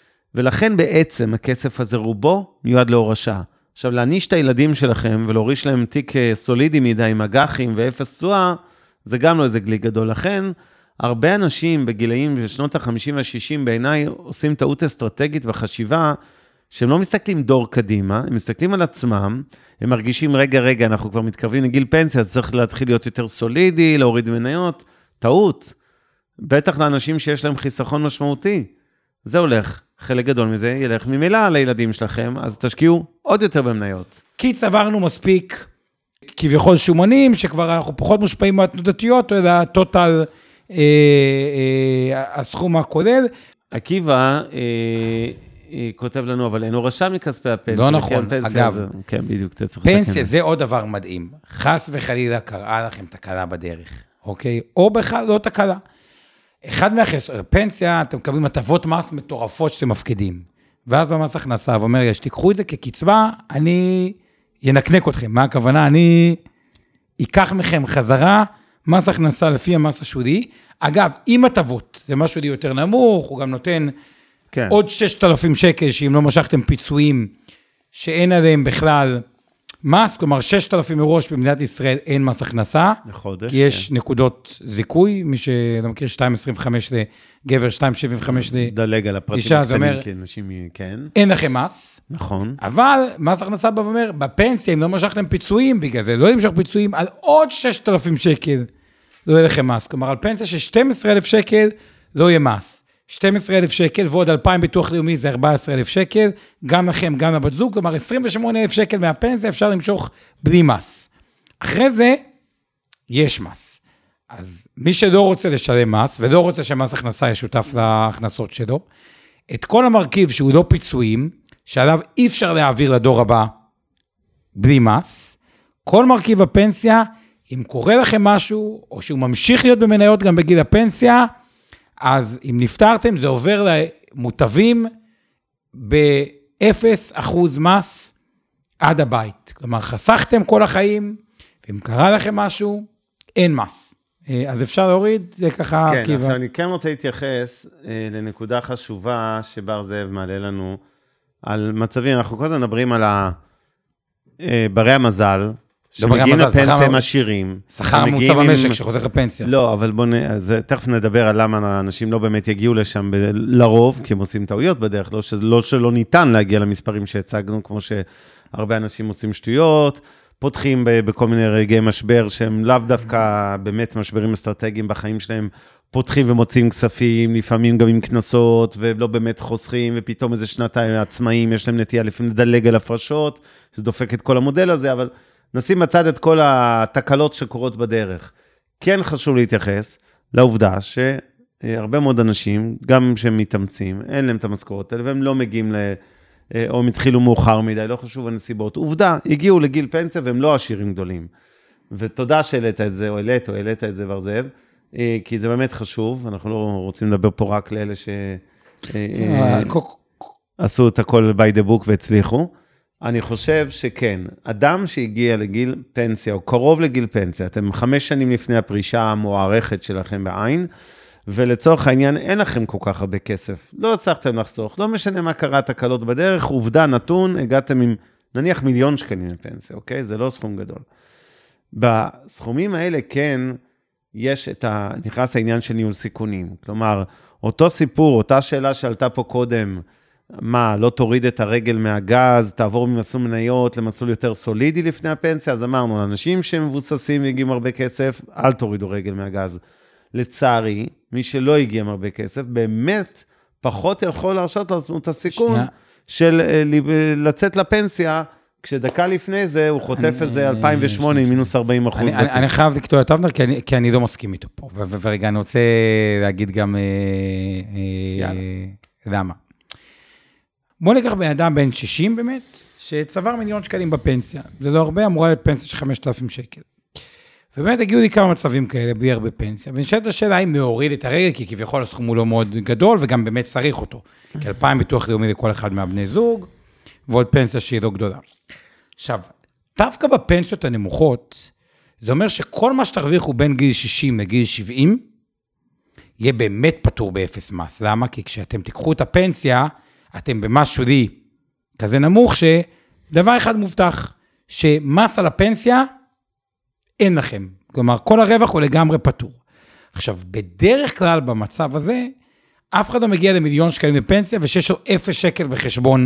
ולכן בעצם הכסף הזה רובו מיועד להורשה. עכשיו, להניש את הילדים שלכם ולהוריש להם תיק סולידי מדי עם אג"חים ואפס תשואה, זה גם לא איזה גלי גדול. לכן, הרבה אנשים בגילאים בשנות ה-חמישים וה-שישים בעיניי עושים טעות אסטרטגית בחשיבה, שהם לא מסתכלים דור קדימה, הם מסתכלים על עצמם, הם מרגישים רגע רגע, אנחנו כבר מתקרבים לגיל פנסיה, אז צריך להתחיל להיות יותר סולידי, להוריד מניות, טעות. בטח לאנשים שיש להם חיסכון משמעותי. זה הולך, חלק גדול מזה ילך ממילא לילדים שלכם, אז תשקיעו עוד יותר במניות. כי צברנו מספיק כביכול שומנים, שכבר אנחנו פחות מושפעים מהתנודתיות, או אלא הטוטל, אה, אה, הסכום הכולל. עקיבא, אה, כותב לנו, אבל אין הורשה מכספי הפנסיה. לא נכון, אגב. זה, כן, בדיוק, פנסיה זה עוד דבר מדהים. חס וחלילה קראה לכם תקלה בדרך, אוקיי? או בכלל לא תקלה. אחד מהחסר, פנסיה, אתם מקבלים הטבות מס מטורפות שאתם מפקידים. ואז במס הכנסה, ואומר, יש, תיקחו את זה כקצבה, אני ינקנק אתכם. מה הכוונה? אני אקח מכם חזרה, מס הכנסה לפי המס השולי. אגב, עם הטבות, זה משהו יותר נמוך, הוא גם נותן כן. עוד ששת אלפים שקל, שאם לא משכתם פיצויים, שאין עליהם בכלל מס, כלומר ששת אלפים מראש במדינת ישראל אין מס הכנסה, לחודש, כי יש כן. נקודות זיכוי, מי שלא מכיר שתיים עשרים וחמש לגבר, שתיים שבעים וחמש לאישה, דלג על הפרטים הקטנים, כי אנשים, כן. אין לכם מס, נכון. אבל מס הכנסה בא ואומר, בפנסיה, אם לא משכתם פיצויים, בגלל זה לא ימשוך פיצויים, על עוד ששת אלפים שקל, לא יהיה לכם מס, כלומר על פנסיה של שנים עשר אלף שקל, לא יהיה מס. שנים עשר אלף שקל, ועוד אלפיים ביטוח לאומי זה ארבעה עשר אלף שקל, גם לכם, גם לבת זוג, כלומר עשרים ושמונה אלף שקל מהפנסיה אפשר למשוך בלי מס. אחרי זה, יש מס. אז מי שלא רוצה לשלם מס, ולא רוצה שמס הכנסה ישותף להכנסות שלו, את כל המרכיב שהוא לא פיצויים, שעליו אי אפשר להעביר לדור הבא, בלי מס, כל מרכיב הפנסיה, אם קורה לכם משהו, או שהוא ממשיך להיות במניות גם בגיל הפנסיה, אז אם נפטרתם, זה עובר למוטבים ב-אפס אחוז מס עד הבית. כלומר, חסכתם כל החיים, ואם קרה לכם משהו, אין מס. אז אפשר להוריד, זה ככה... כן, כיוון. עכשיו אני כן רוצה להתייחס לנקודה חשובה שבר זאב מעלה לנו, על מצבים, אנחנו כל הזמן מדברים על ברי המזל, שמגיעים לפנסיה הם עשירים. שכר מוצא במשק שחוזר לפנסיה. לא, אבל בוא, תכף נדבר על למה האנשים לא באמת יגיעו לשם לרוב, כי הם עושים טעויות בדרך, לא שלא ניתן להגיע למספרים שהצגנו, כמו שהרבה אנשים עושים שטויות, פותחים בכל מיני רגעי משבר, שהם לאו דווקא באמת משברים אסטרטגיים בחיים שלהם, פותחים ומוצאים כספים, לפעמים גם עם כנסות, ולא באמת חוסכים, ופתאום איזה שנתיים עצמאים, יש להם נטייה לפעמים לדלג על הפרשות, שזה דופק את כל המודל הזה, אבל נשים בצד את כל התקלות שקורות בדרך. כן חשוב להתייחס לעובדה שהרבה מאוד אנשים, גם שהם מתאמצים, אין להם את המשכורות האלה, והם לא מגיעים ל... או הם התחילו מאוחר מדי, לא חשוב הנסיבות. עובדה, הגיעו לגיל פנסיה, והם לא עשירים גדולים. ותודה שהעלית את זה, או העלית, או העלית את זה, ורזב, כי זה באמת חשוב, אנחנו לא רוצים לדבר פה רק לאלה שעשו את הכל by the book והצליחו. אני חושב שכן, אדם שהגיע לגיל פנסיה, או קרוב לגיל פנסיה, אתם חמש שנים לפני הפרישה המוערכת שלכם בעין, ולצורך העניין אין לכם כל כך הרבה כסף, לא הצלחתם לחסוך, לא משנה מה קרה תקלות בדרך, עובדה נתון, הגעתם עם נניח מיליון שקלים לפנסיה, אוקיי? זה לא סכום גדול. בסכומים האלה כן, יש את ה... נכנס העניין של ניהול סיכונים, כלומר, אותו סיפור, אותה שאלה שעלתה פה קודם, מה, לא תוריד את הרגל מהגז, תעבור ממסלול מניות למסלול יותר סולידי לפני הפנסיה, אז אמרנו, אנשים שמבוססים והגיעים הרבה כסף, אל תורידו רגל מהגז. לצערי, מי שלא הגיע הרבה כסף, באמת פחות יכול להרשות לעצמו את הסיכון שנייה. של לצאת לפנסיה, כשדקה לפני זה הוא חוטף איזה אלפיים ושמונה עם מינוס ארבעים אחוז. אני, אני, אני חייב לקטוע את אבנר, כי אני, כי אני לא מסכים איתו פה, ו- ורגע, אני רוצה להגיד גם, יאללה. למה? בוא ניקח בן אדם בן שישים באמת, שצבר מיליון שקלים בפנסיה, זה לא הרבה, אמורה להיות פנסיה של חמשת אלפים שקל. ובאמת הגיעו לי כמה מצבים כאלה, בלי הרבה פנסיה, ונשאלת השאלה האם להוריד את הרגל, כי כביכול הסכום הוא לא מאוד גדול, וגם באמת צריך אותו, כי אלפיים ביטוח לאומי לכל אחד מהבני זוג, ועוד פנסיה שהיא לא גדולה. עכשיו, דווקא בפנסיות הנמוכות, זה אומר שכל מה שתרוויחו בין גיל שישים לגיל שבעים, יהיה באמת פטור באפס מס. למה? כי כשאתם תיקחו את הפנסיה, אתם במס שולי כזה נמוך, שדבר אחד מובטח, שמס על הפנסיה, אין לכם. כלומר, כל הרווח הוא לגמרי פטור. עכשיו, בדרך כלל במצב הזה, אף אחד לא מגיע למיליון שקלים בפנסיה, ושיש לו אפס שקל בחשבון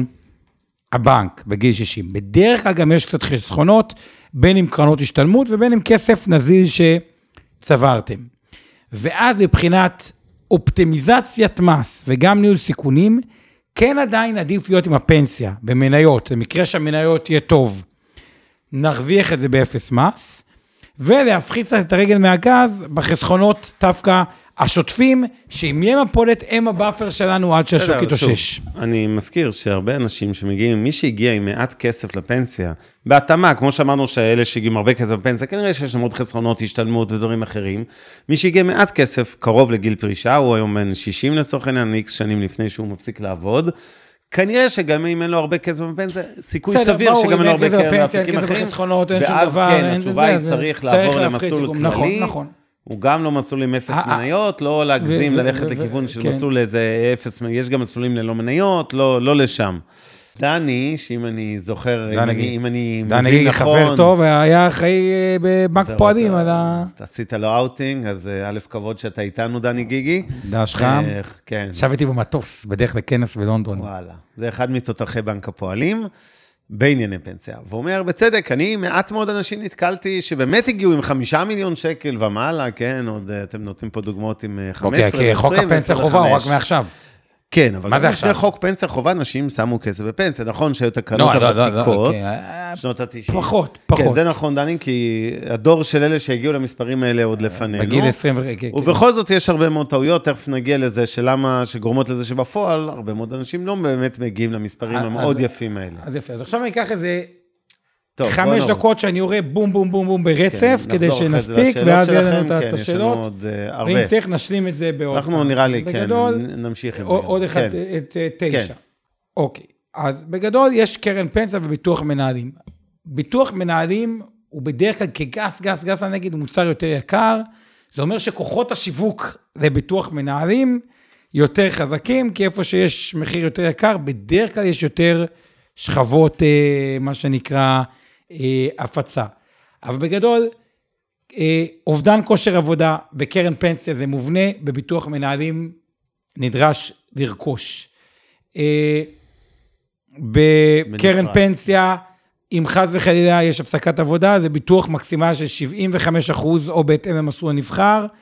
הבנק בגיל שישים. בדרך כלל גם יש קצת חסכונות, בין עם קרנות השתלמות, ובין עם כסף נזיל שצברתם. ואז מבחינת אופטימיזציית מס, וגם ניהול סיכונים, כן עדיין עדיף להיות עם הפנסיה, במניות, למקרה שהמניות יהיה טוב. נרוויח את זה באפס מס, ולהפחית את הרגל מהגז בחסכונות דווקא השוטפים, שאם יהיה מפולת, הם הבאפר שלנו עד שהשוק יתאושש. אני מזכיר שהרבה אנשים שמגיעים, מי שהגיע עם מעט כסף לפנסיה, בהתאמה, כמו שאמרנו שאלה שהגיעים הרבה כסף לפנסיה, כנראה שיש שם עוד חסכונות, השתלמות ודברים אחרים, מי שהגיע מעט כסף קרוב לגיל פרישה, הוא היום בן שישים לצורך העניין, איקס שנים לפני שהוא מפסיק לעבוד, כנראה שגם אם אין לו הרבה כסף בפנסיה, סיכוי סביר שגם אין לו הרבה כסף באפיקים אחרים, ואז כן, התשובה היא צריך לעבור למסלול כללי, הוא גם לא מסלול עם אפס מניות, לא להגזים ללכת לכיוון של מסלול לאיזה אפס, יש גם מסלולים ללא מניות, לא לשם. דני, שאם אני זוכר, אם אני מבין נכון... דני חבר טוב, היה אחראי בבנק פועלים על ה... עשית לו אאוטינג, אז א' כבוד שאתה איתנו, דני גיגי. דש חם. כן. שבתי במטוס, בדרך לכנס בלונדון. וואלה. זה אחד מתותחי בנק הפועלים, בענייני פנסיה. והוא אומר, בצדק, אני מעט מאוד אנשים נתקלתי, שבאמת הגיעו עם חמישה מיליון שקל ומעלה, כן, עוד אתם נותנים פה דוגמאות עם חמש עשרה, עשרים, חוק הפנסיה חובה הוא רק מעכשיו. כן, אבל גם לפני חוק פנסיה חובה, נשים שמו כסף בפנסיה, נכון שהיו תקנות הוותיקות, שנות ה-תשעים. פחות, פחות. כן, זה נכון, דני, כי הדור של אלה שהגיעו למספרים האלה עוד לפנינו. בגיל עשרים. ובכל זאת יש הרבה מאוד טעויות, תכף נגיע לזה, שלמה, שגורמות לזה שבפועל, הרבה מאוד אנשים לא באמת מגיעים למספרים המאוד יפים האלה. אז יפה, אז עכשיו אני אקח איזה חמש דקות שאני יורה בום בום בום בום ברצף, כדי שנספיק, ואז יהיה לנו את השאלות, ואם צריך נשלים את זה בעוד. אנחנו נראה לי, כן, נמשיך עם זה. עוד אחד, את תשע. אוקיי, אז בגדול יש קרן פנסיה וביטוח מנהלים. ביטוח מנהלים הוא בדרך כלל כגס, גס, גס, אני אגיד, הוא מוצר יותר יקר, זה אומר שכוחות השיווק לביטוח מנהלים יותר חזקים, כי איפה שיש מחיר יותר יקר, בדרך כלל יש יותר שכבות, מה שנקרא, הפצה. אבל בגדול, אובדן כושר עבודה בקרן פנסיה זה מובנה, בביטוח מנהלים נדרש לרכוש. בקרן פנסיה, אם חס וחלילה יש הפסקת עבודה, זה ביטוח מקסימלי של שבעים וחמישה אחוז או בהתאם למסלול הנבחר,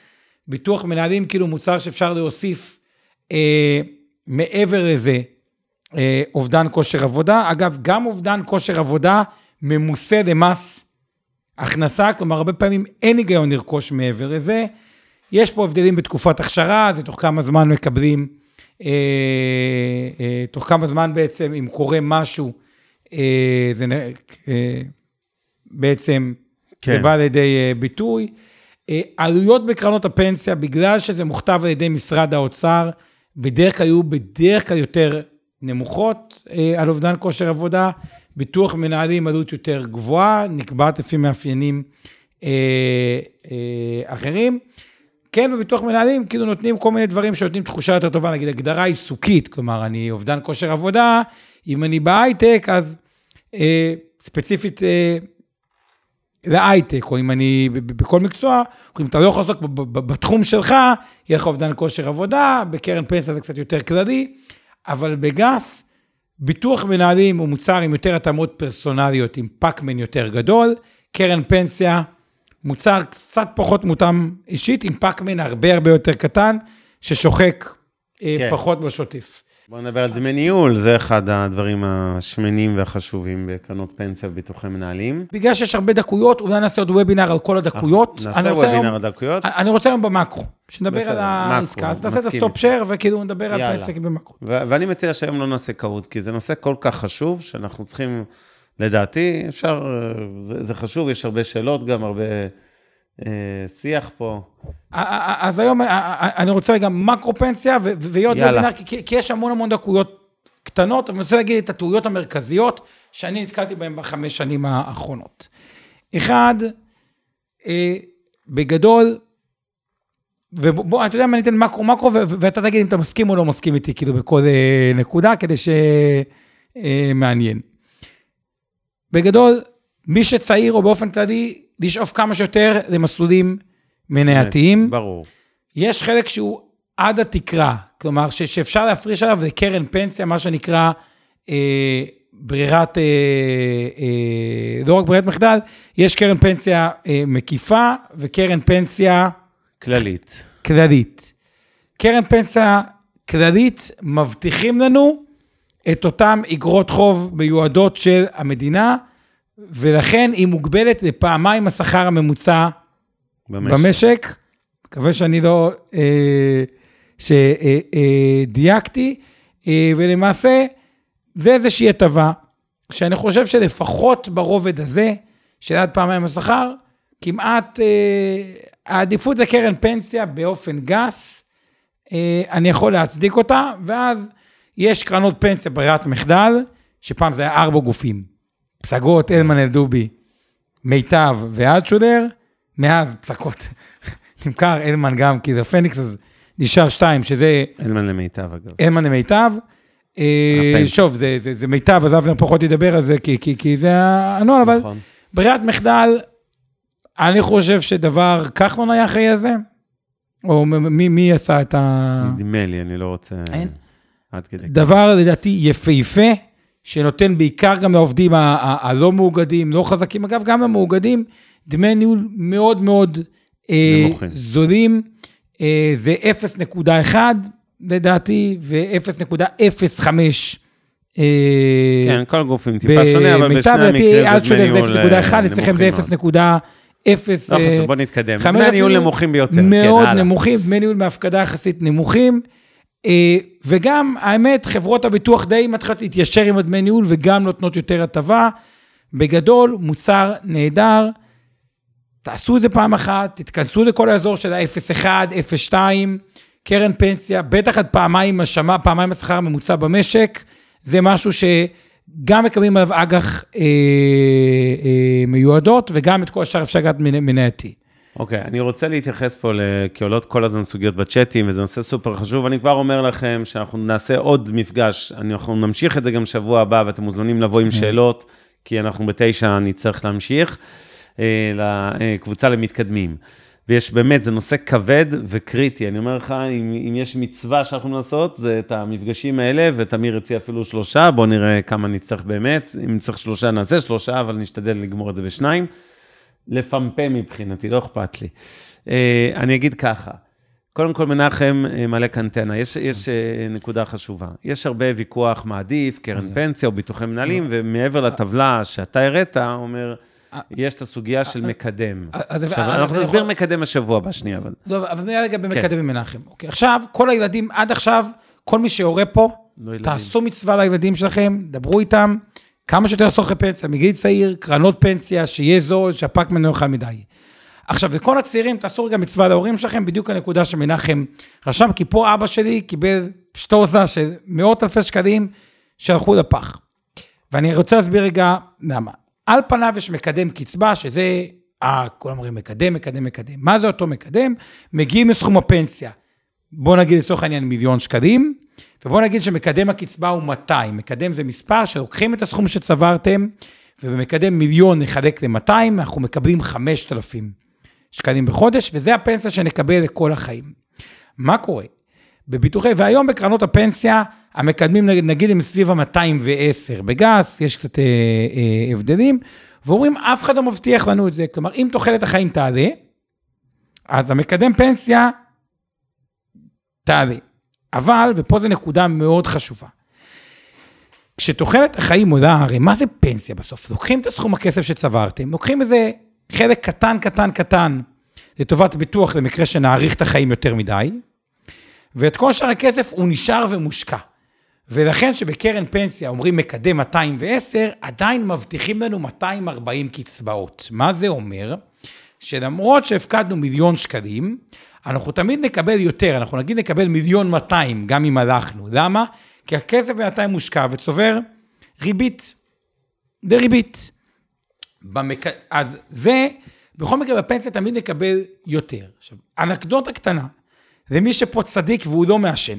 ביטוח מנהלים כאילו מוצר שאפשר להוסיף אה, מעבר לזה, אה, אובדן כושר עבודה. אגב, גם אובדן כושר עבודה ממוסה למס הכנסה, כלומר, הרבה פעמים אין היגיון לרכוש מעבר לזה. יש פה הבדלים בתקופת הכשרה, זה תוך כמה זמן מקבלים, אה, אה, תוך כמה זמן בעצם, אם קורה משהו, אה, זה אה, בעצם, כן. זה בא לידי אה, ביטוי. אה, עלויות בקרנות הפנסיה, בגלל שזה מוכתב על ידי משרד האוצר, בדרך כלל היו בדרך כלל יותר נמוכות אה, על אובדן כושר עבודה, ביטוח מנהלים עלות יותר גבוהה, נקבעת לפי מאפיינים אה, אה, אחרים. כן, בביטוח מנהלים, כאילו נותנים כל מיני דברים שנותנים תחושה יותר טובה, נגיד, הגדרה עיסוקית, כלומר, אני אובדן כושר עבודה, אם אני בהייטק, אז אה, ספציפית אה, להייטק, או אם אני בכל מקצוע, אם אתה לא יכול לעסוק בתחום שלך, יהיה לך אובדן כושר עבודה, בקרן פנסיה זה קצת יותר כללי, אבל בגס, ביטוח מנהלים הוא מוצר עם יותר התאמות פרסונליות, עם פאקמן יותר גדול, קרן פנסיה, מוצר קצת פחות מותאם אישית, עם פאקמן הרבה הרבה יותר קטן, ששוחק כן. פחות בשוטף. בוא נדבר על דמי ניהול, זה אחד הדברים השמנים והחשובים בקרנות פנסיה וביטוחי מנהלים. בגלל שיש הרבה דקויות, אולי נעשה עוד וובינר על כל הדקויות. נעשה וובינר על דקויות. אני רוצה היום במקרו, שנדבר על העסקה, אז נעשה את הסטופ שייר, וכאילו נדבר על פנסיה במקרו. ואני מציע שהיום לא נעשה קרות, כי זה נושא כל כך חשוב, שאנחנו צריכים, לדעתי, אפשר, זה חשוב, יש הרבה שאלות, גם הרבה שיח פה. אז היום אני רוצה גם מקרו פנסיה, ויוד וובינר, כי יש המון המון דקויות קטנות, אבל אני רוצה להגיד את הטעויות המרכזיות, שאני נתקלתי בהן בחמש שנים האחרונות. אחד, בגדול, ובוא, אתה יודע מה, אני אתן מקרו מקרו, ואתה תגיד אם אתה מסכים או לא מסכים איתי, כאילו בכל נקודה, כדי שמעניין. בגדול, מי שצעיר או באופן כללי, לשאוף כמה שיותר למסלולים מנייתיים. ברור. יש חלק שהוא עד התקרה, כלומר, שאפשר להפריש עליו, זה קרן פנסיה, מה שנקרא אה, ברירת, אה, אה, לא רק ברירת מחדל, יש קרן פנסיה אה, מקיפה, וקרן פנסיה כללית. כללית. קרן פנסיה כללית מבטיחים לנו את אותם אגרות חוב מיועדות של המדינה, ולכן היא מוגבלת לפעמיים השכר הממוצע במשק. במשק. מקווה שאני לא, אה, שדייקתי, אה, ולמעשה זה איזושהי הטבה, שאני חושב שלפחות ברובד הזה, של עד פעמיים השכר, כמעט אה, העדיפות לקרן פנסיה באופן גס, אה, אני יכול להצדיק אותה, ואז יש קרנות פנסיה ברירת מחדל, שפעם זה היה ארבע גופים, פסגות, אלמן אלדובי, מיטב ואלטשולר, מאז פסגות נמכר אלמן גם, כי זה פניקס, אז נשאר שתיים, שזה אלמן למיטב אגב. אלמן למיטב, שוב, זה, זה, זה מיטב, אז אבנר פחות ידבר על זה, כי, כי, כי זה הנועל, אבל נכון. ברירת מחדל, אני חושב שדבר, כחלון היה אחרי הזה, או מי, מי עשה את ה... נדמה לי, אני לא רוצה... אין. עד כדי. דבר לדעתי יפהפה, שנותן בעיקר גם לעובדים הלא מאוגדים, לא חזקים, אגב, גם למאוגדים, דמי ניהול מאוד מאוד אה, זולים, אה, זה אפס נקודה אחת לדעתי, ו-אפס נקודה אפס חמש. כן, כל גופים טיפה שונה, אבל בשני המקרה זה דמי ניהול אפס נקודה אחת, אצלכם זה אפס נקודה אפס. לא חשוב, בוא נתקדם. דמי ניהול נמוכים ביותר. מאוד נמוכים, דמי ניהול מהפקדה יחסית נמוכים, וגם האמת, חברות הביטוח די מתחילות להתיישר עם הדמי ניהול, וגם נותנות יותר הטבה. בגדול, מוצר נהדר, תעשו את זה פעם אחת, תתכנסו לכל האזור של ה-אפס אחת, אפס שתיים, קרן פנסיה, בטח עד פעמיים השמה, פעמיים השכר הממוצע במשק, זה משהו שגם מקבלים עליו אג"ח אה, אה, מיועדות, וגם את כל השאר אפשר לגעת מנייתי. אוקיי, אני רוצה להתייחס פה, כי עולות כל הזמן סוגיות בצ'אטים, וזה נושא סופר חשוב, אני כבר אומר לכם שאנחנו נעשה עוד מפגש, אנחנו נמשיך את זה גם שבוע הבא, ואתם מוזמנים לבוא עם שאלות, כי אנחנו בתשע נצטרך להמשיך, לקבוצה למתקדמים. ויש באמת, זה נושא כבד וקריטי, אני אומר לך, אם, אם יש מצווה שאנחנו נעשות, זה את המפגשים האלה, ותמיר הציע אפילו שלושה, בואו נראה כמה נצטרך באמת, אם נצטרך שלושה נעשה שלושה, אבל נשתדל לגמור את זה בשניים, לפמפה מבחינתי, לא אכפת לי. אני אגיד ככה, קודם כל, מנחם מלא קנטנה, יש, יש נקודה חשובה. יש הרבה ויכוח מעדיף, קרן פנסיה או ביטוחי מנהלים, ומעבר לטבלה שאתה הראת, אומר, יש את הסוגיה של מקדם. עכשיו, אנחנו נסביר מקדם השבוע בשנייה. אבל נראה רגע במקדם עם מנחם. עכשיו, כל הילדים, עד עכשיו, כל מי שהורה פה, תעשו מצווה לילדים שלכם, דברו איתם, כמה שיותר סוכי פנסיה, מגיל צעיר, קרנות פנסיה, שיהיה זול, שהפק מנו יאכל מדי. עכשיו, לכל הצעירים, תעשו רגע מצווה להורים שלכם, בדיוק הנקודה שמנחם רשם, כי פה אבא שלי קיבל שטוזה של מאות אלפי שקלים שהלכו לפח. ואני רוצה להסביר רגע למה. על פניו יש מקדם קצבה, שזה, אה, כולם אומרים מקדם, מקדם, מקדם. מה זה אותו מקדם? מגיעים לסכום הפנסיה. בוא נגיד לצורך העניין מיליון שקלים, ובוא נגיד שמקדם הקצבה הוא מאתיים. מקדם זה מספר שלוקחים את הסכום שצברתם, ובמקדם מיליון נחלק ל-מאתיים, אנחנו מקבלים חמשת אלפים שקלים בחודש, וזה הפנסיה שנקבל לכל החיים. מה קורה? בביטוחי, והיום בקרנות הפנסיה, המקדמים נגיד הם סביב ה-מאתיים ועשר בגס, יש קצת אה, אה, הבדלים, ואומרים, אף אחד לא מבטיח לנו את זה, כלומר, אם תוחלת החיים תעלה, אז המקדם פנסיה תעלה. אבל, ופה זו נקודה מאוד חשובה, כשתוחלת החיים עולה, הרי מה זה פנסיה בסוף? לוקחים את הסכום הכסף שצברתם, לוקחים איזה חלק קטן, קטן, קטן, לטובת ביטוח למקרה שנעריך את החיים יותר מדי, ואת כל שאר הכסף הוא נשאר ומושקע. ולכן שבקרן פנסיה אומרים מקדם מאתיים ועשר, עדיין מבטיחים לנו מאתיים וארבעים קצבאות. מה זה אומר? שלמרות שהפקדנו מיליון שקלים, אנחנו תמיד נקבל יותר, אנחנו נגיד נקבל מיליון מאתיים, גם אם הלכנו. למה? כי הכסף מאתיים מושקע וצובר ריבית. זה ריבית. במק... אז זה, בכל מקרה בפנסיה תמיד נקבל יותר. עכשיו, אנקדוטה קטנה, ומי שפה צדיק והוא לא מעשן,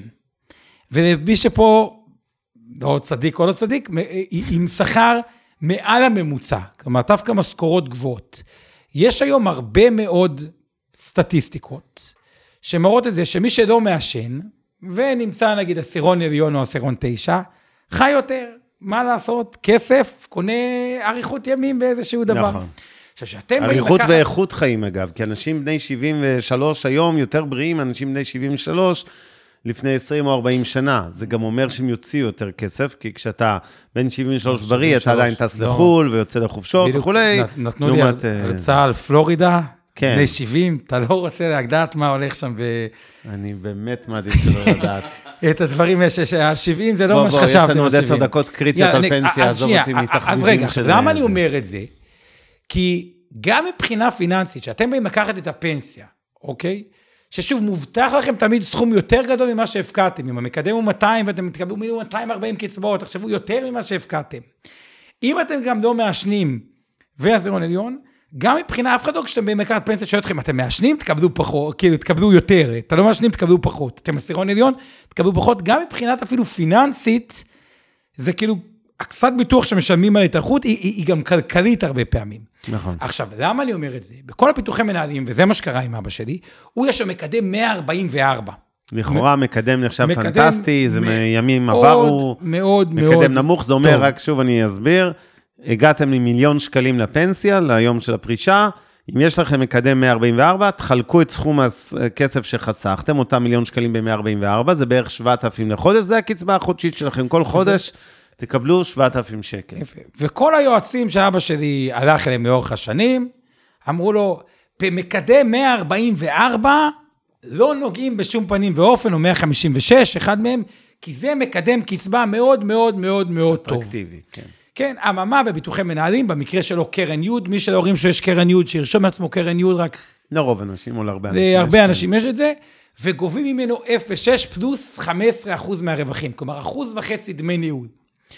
ומי שפה, לא צדיק או לא צדיק, עם שכר מעל הממוצע, כלומר, דווקא משכורות גבוהות. יש היום הרבה מאוד סטטיסטיקות, שמראות את זה שמי שלא מעשן, ונמצא נגיד עשירון עליון או עשירון תשע, חי יותר, מה לעשות? כסף, קונה אריכות ימים באיזשהו דבר. נכון. אריכות ואיכות חיים אגב, כי אנשים בני שבעים ושלוש היום יותר בריאים, אנשים בני שבעים ושלוש לפני עשרים או ארבעים שנה, זה גם אומר שהם יוציאו יותר כסף, כי כשאתה בן שבעים ושלוש בריא, אתה עדיין טס לחול ויוצא לחופשות וכולי. נתנו לי הרצאה על פלורידה, בני שבעים, אתה לא רוצה לדעת מה הולך שם ב... אני באמת מעדיף שלא לדעת. את הדברים, ה-שבעים זה לא מה שחשבתם. יש לנו עוד עשר דקות קריטיות על פנסיה, עזוב אותי מתחביבים של... אז רגע, למה אני אומר את זה? כי גם מבחינה פיננסית, שאתם באים לקחת את הפנסיה, אוקיי? ששוב, מובטח לכם תמיד סכום יותר גדול ממה שהפקעתם. אם המקדם הוא מאתיים ואתם תקבלו מינימום מאתיים וארבעים קצבאות, תחשבו יותר ממה שהפקעתם. אם אתם גם לא מעשנים ועשירון עליון, גם מבחינה אף אחד לא, כשאתם באים לקחת פנסיה שואל אתכם, אתם מעשנים, תקבלו פחות, כאילו, תקבלו יותר. אתם לא מעשנים, תקבלו פחות. אתם עשירון עליון, תקבלו פחות. גם מבחינת אפילו פיננסית, זה כאילו, הקצת ביטוח שמשלמים על התארכות, היא, היא, היא גם כלכלית הרבה פעמים. נכון. עכשיו, למה אני אומר את זה? בכל הפיתוחי מנהלים, וזה מה שקרה עם אבא שלי, הוא יש לו מקדם מאה ארבעים וארבע. לכאורה, מקדם נחשב פנטסטי, זה מימים עברו. מאוד, מאוד. מקדם נמוך, זה אומר, רק שוב אני אסביר, הגעתם למיליון שקלים לפנסיה, ליום של הפרישה, אם יש לכם מקדם מאה ארבעים וארבע, תחלקו את סכום הכסף שחסכתם, אותם מיליון שקלים ב-מאה ארבעים וארבע, זה בערך שבעת אלפים לחודש, זה הקצבה החודשית שלכם כל חודש, תקבלו שבעת אלפים שקל. וכל היועצים שאבא שלי הלך אליהם לאורך השנים, אמרו לו, במקדם מאה ארבעים וארבע, לא נוגעים בשום פנים ואופן, או מאה חמישים ושש, אחד מהם, כי זה מקדם קצבה מאוד מאוד מאוד מאוד טוב. אטרקטיבי, כן. כן, אממה בביטוחי מנהלים, במקרה שלו קרן יוד, מי שלא רואים שיש קרן יוד, שירשום מעצמו קרן יוד רק... לא רוב אנשים, או להרבה אנשים. להרבה אנשים יש את זה, וגובים ממנו אפס נקודה שש פלוס חמישה עשר אחוז מהרווחים, כלומר אחוז וחצי דמי ניהול.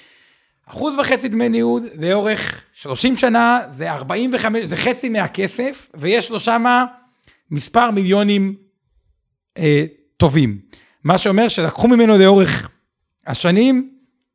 אחוז וחצי דמי ניהול, לאורך שלושים שנה, זה ארבעים וחמש, זה חצי מהכסף, ויש לו שמה מספר מיליונים אה, טובים. מה שאומר שלקחו ממנו לאורך השנים,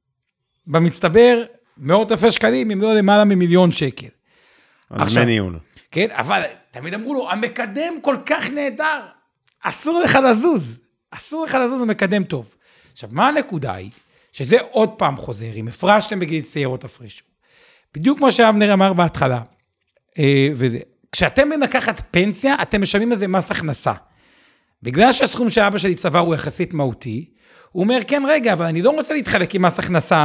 במצטבר, מאות אלפי שקלים, אם לא למעלה ממיליון שקל. אז דמי ניהול. כן, אבל תמיד אמרו לו, המקדם כל כך נהדר, אסור לך לזוז, אסור לך לזוז, זה מקדם טוב. עכשיו, מה הנקודה היא? שזה עוד פעם חוזר, אם הפרשתם בגיל צעיר, תפרישו. בדיוק כמו שאבנר אמר בהתחלה, וזה, כשאתם באים לקחת פנסיה, אתם משלמים איזה מס הכנסה. בגלל שהסכום שאבא שלי צבר הוא יחסית מהותי, הוא אומר, כן, רגע, אבל אני לא רוצה להתחלק עם מס הכנסה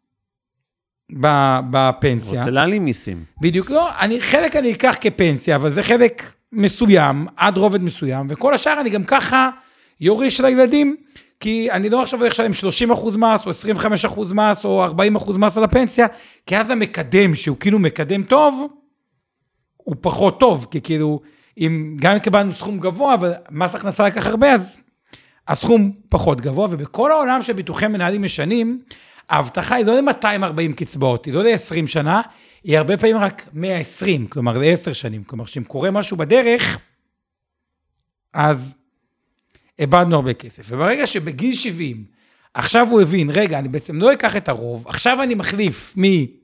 בפנסיה. רוצה להעלים מיסים. בדיוק לא, אני, חלק אני אקח כפנסיה, אבל זה חלק מסוים, עד רובד מסוים, וכל השאר אני גם ככה יוריש לילדים, כי אני לא עכשיו הולך לשלם שלושים אחוז מס, או עשרים וחמישה אחוז מס, או ארבעים אחוז מס על הפנסיה, כי אז המקדם, שהוא כאילו מקדם טוב, הוא פחות טוב, כי כאילו, אם גם קיבלנו סכום גבוה, אבל מס הכנסה לקח הרבה, אז הסכום פחות גבוה, ובכל העולם של ביטוחי מנהלים משנים, ההבטחה היא לא ל-מאתיים וארבעים קצבאות, היא לא ל-עשרים שנה, היא הרבה פעמים רק מאה ועשרים, כלומר ל-עשר שנים, כלומר שאם קורה משהו בדרך, אז איבדנו הרבה כסף. וברגע שבגיל שבעים, עכשיו הוא הבין, רגע, אני בעצם לא אקח את הרוב, עכשיו אני מחליף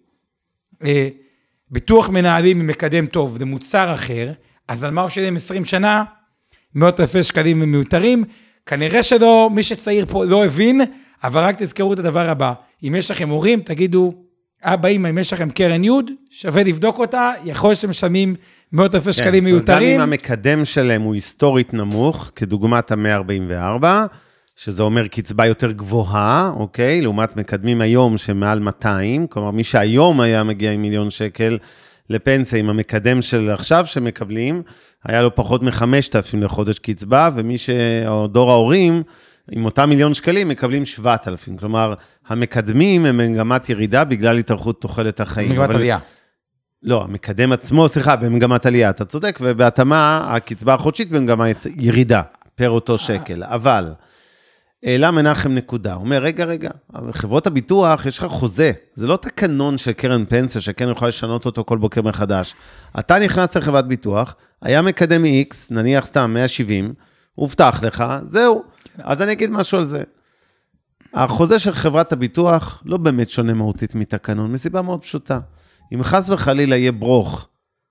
מביטוח מנהלים ממקדם טוב למוצר אחר, אז על מה הוא שילם עשרים שנה? מאות אלפי שקלים מיותרים, כנראה שלא, מי שצעיר פה לא הבין, אבל רק תזכרו את הדבר הבא, אם יש לכם הורים, תגידו, אבא, אמא, אם יש לכם קרן יוד, שווה לבדוק אותה, יכול שמשלמים מאות אלפי שקלים מיותרים. גם אם המקדם שלהם הוא היסטורית נמוך, כדוגמת ה-מאה ארבעים וארבע, שזה אומר קצבה יותר גבוהה, אוקיי? לעומת מקדמים היום שמעל מאתיים, כלומר מי שהיום היה מגיע עם מיליון שקל לפנסיה, עם המקדם של עכשיו שמקבלים, היה לו פחות מ-חמשת אלפים לחודש קצבה, ומי שדור ההורים, עם אותם מיליון שקלים, מקבלים שבעת אלפים. כלומר, המקדמים הם במגמת ירידה, בגלל התארכות תוחלת החיים. במגמת אבל... עלייה. לא, המקדם עצמו, סליחה, במגמת עלייה, אתה צודק, ובהתאמה, הקצבה החודשית במגמת ירידה, פר אותו שקל. אבל, העלה מנחם נקודה, הוא אומר, רגע, רגע, חברות הביטוח, יש לך חוזה, זה לא תקנון של קרן פנסיה, שכן יכול לשנות אותו כל בוקר מחדש. אתה נכנס לחברת ביטוח, היה מקדם X, נניח סתם מאה שבעים, הובטח לך, זהו. אז אני אגיד משהו על זה. החוזה של חברת הביטוח לא באמת שונה מהותית מתקנון, מסיבה מאוד פשוטה. אם חס וחלילה יהיה ברוך,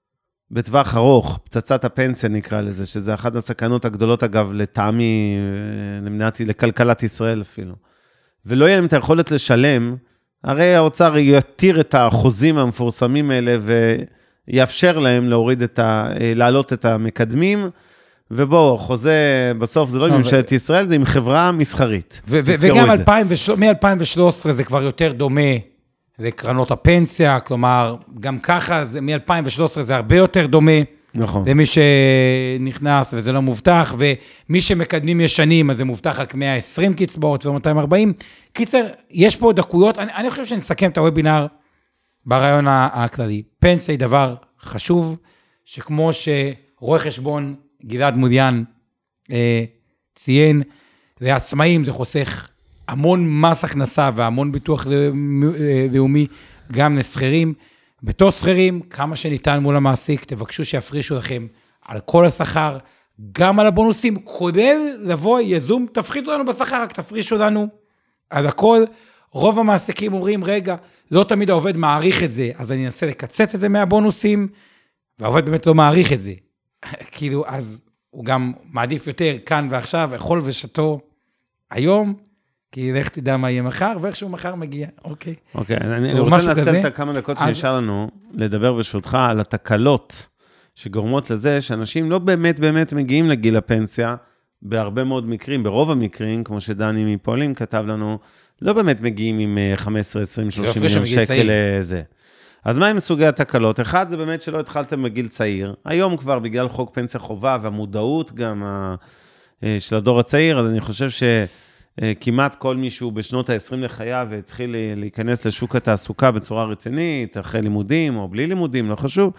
בטווח ארוך, פצצת הפנסיה נקרא לזה, שזה אחת הסכנות הגדולות אגב, לטעמי, למדינת, לכלכלת ישראל אפילו. ולא יהיה להם את היכולת לשלם, הרי האוצר יתיר את החוזים המפורסמים האלה, ויאפשר להם להוריד את ה, להעלות את המקדמים, ובואו, חוזה, בסוף זה לא עם ממשלת ישראל, זה עם חברה מסחרית. וגם מ-אלפיים ושלוש עשרה זה כבר יותר דומה לקרנות הפנסיה, כלומר, גם ככה, מ-אלפיים ושלוש עשרה זה הרבה יותר דומה, נכון. למי שנכנס וזה לא מובטח, ומי שמקדמים ישנים, אז זה מובטח רק מאה ועשרים קצבאות ו-מאתיים וארבעים. קיצר, יש פה דקויות, אני, אני חושב שנסכם את הוובינר ברעיון הכללי. פנסיה היא דבר חשוב, שכמו שרואה חשבון גלעד מודיין אה, ציין, לעצמאים זה חוסך המון מס הכנסה והמון ביטוח לאומי, גם לסחרים. בתור סחרים, כמה שניתן מול המעסיק, תבקשו שיפרישו לכם על כל השכר, גם על הבונוסים, כולל לבוא יזום, תפחידו לנו בשכר, רק תפרישו לנו על הכל. רוב המעסיקים אומרים, רגע, לא תמיד העובד מעריך את זה, אז אני אנסה לקצץ את זה מהבונוסים, והעובד באמת לא מעריך את זה. כאילו, אז הוא גם מעדיף יותר כאן ועכשיו, אכול ושתו היום, כי לך תדע מה יהיה מחר, ואיכשהו מחר מגיע, אוקיי. אוקיי, אני רוצה לנצל את הכמה דקות שנשאר לנו, לדבר ברשותך על התקלות, שגורמות לזה שאנשים לא באמת באמת מגיעים לגיל הפנסיה, בהרבה מאוד מקרים, ברוב המקרים, כמו שדני מפועלים כתב לנו, לא באמת מגיעים עם חמש עשרה, עשרים, שלושים מיליון שקל לזה. אז מה עם סוגי התקלות? אחד, זה באמת שלא התחלתם בגיל צעיר. היום כבר, בגלל חוק פנסיה חובה, והמודעות גם של הדור הצעיר, אז אני חושב שכמעט כל מישהו בשנות ה-עשרים לחייו, והתחיל להיכנס לשוק התעסוקה בצורה רצינית, אחרי לימודים או בלי לימודים, לא חשוב,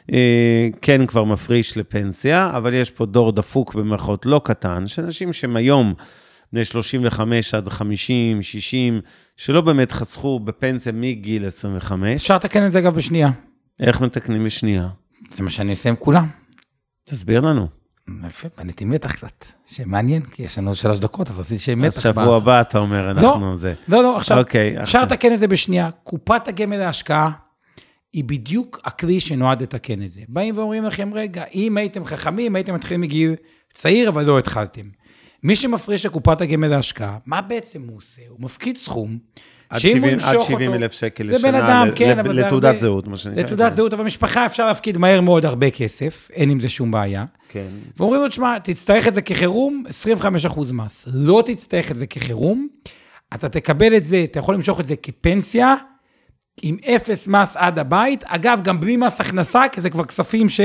כן כבר מפריש לפנסיה, אבל יש פה דור דפוק במרכאות לא קטן, שאנשים שהם היום בני שלושים וחמש עד חמישים, שישים, שלא באמת חסכו בפנסיה מגיל עשרים וחמש. אפשר לתקן את זה אגב בשנייה. איך מתקנים בשנייה? זה מה שאני עושה עם כולם. תסביר לנו. יפה, בניתי מתח קצת, שמעניין, כי יש לנו שלוש דקות, אז עשיתי שמתח. אז שבוע הבא אתה אומר, אנחנו זה. לא, לא, עכשיו, אפשר לתקן את זה בשנייה. קופת הגמל להשקעה, היא בדיוק הכלי שנועד לתקן את זה. באים ואומרים לכם, רגע, אם הייתם חכמים, הייתם מתחילים מגיל צעיר, אבל לא התחלתם. מי שמפריש לקופת הגמל להשקעה, מה בעצם הוא עושה? הוא מפקיד סכום, עד שבעים אלף שקל לשנה, לתעודת זהות, מה שנקרא. לתעודת זהות, אבל משפחה אפשר להפקיד מהר מאוד הרבה כסף, אין עם זה שום בעיה. כן. ואומרים לו, תשמע, תצטרך את זה כחירום, עשרים וחמישה אחוז מס. לא תצטרך את זה כחירום, אתה תקבל את זה, אתה יכול למשוך את זה כפנסיה, עם אפס מס עד הבית, אגב, גם בלי מס הכנסה, כי זה כבר כספים ש...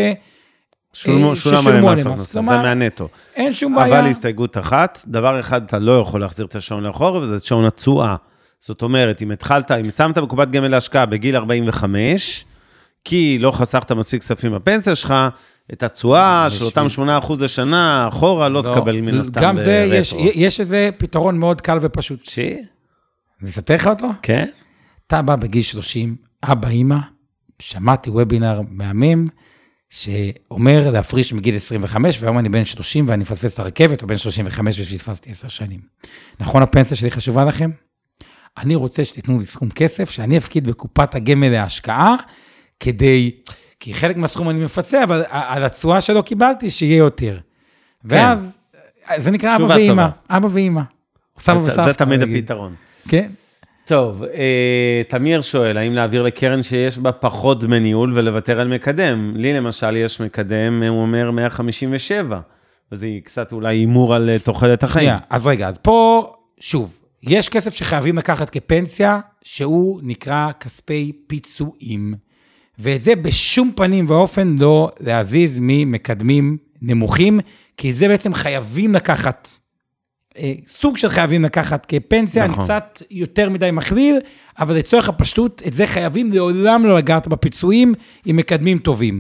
שולמו עליהם מס, זה מהנטו. אין שום בעיה. אבל הסתייגות אחת, דבר אחד, אתה לא יכול להחזיר את השעון לאחור, וזה שעון התשואה. זאת אומרת, אם התחלת, אם שמת בקופת גמל להשקעה בגיל ארבעים וחמש, כי לא חסכת מספיק כספים בפנסיה שלך, את התשואה של אותם שמונה אחוז לשנה, אחורה לא תקבל מן הסתם. גם זה, יש איזה פתרון מאוד קל ופשוט. ש? אני אספר לך אותו? כן. אתה בא בגיל שלושים, אבא, אמא, שמעתי וובינר מהמם, שאומר להפריש מגיל עשרים וחמש, והיום אני בן שלושים ואני מפספס את הרכבת, או בן שלושים וחמש ושפספסתי עשר שנים. נכון הפנסיה שלי חשובה לכם? אני רוצה שתיתנו לי סכום כסף, שאני אפקיד בקופת הגמל להשקעה, כדי, כי חלק מהסכום אני מפצה, אבל על התשואה שלא קיבלתי, שיהיה יותר. ואז, זה נקרא אבא ואמא, אבא ואמא. זה תמיד הפתרון. כן. טוב, תמיר שואל, האם להעביר לקרן שיש בה פחות דמי ניהול ולוותר על מקדם? לי למשל יש מקדם, הוא אומר מאה חמישים ושבע, וזה קצת אולי אימור על תוחלת החיים. אז רגע, אז פה, שוב, יש כסף שחייבים לקחת כפנסיה, שהוא נקרא כספי פיצויים, ואת זה בשום פנים ואופן לא להזיז ממקדמים נמוכים, כי זה בעצם חייבים לקחת, סוג של חייבים לקחת כפנסיה, נכון. אני קצת יותר מדי מכליל, אבל לצורך הפשטות, את זה חייבים לעולם לא לגעת בפיצויים, עם מקדמים טובים.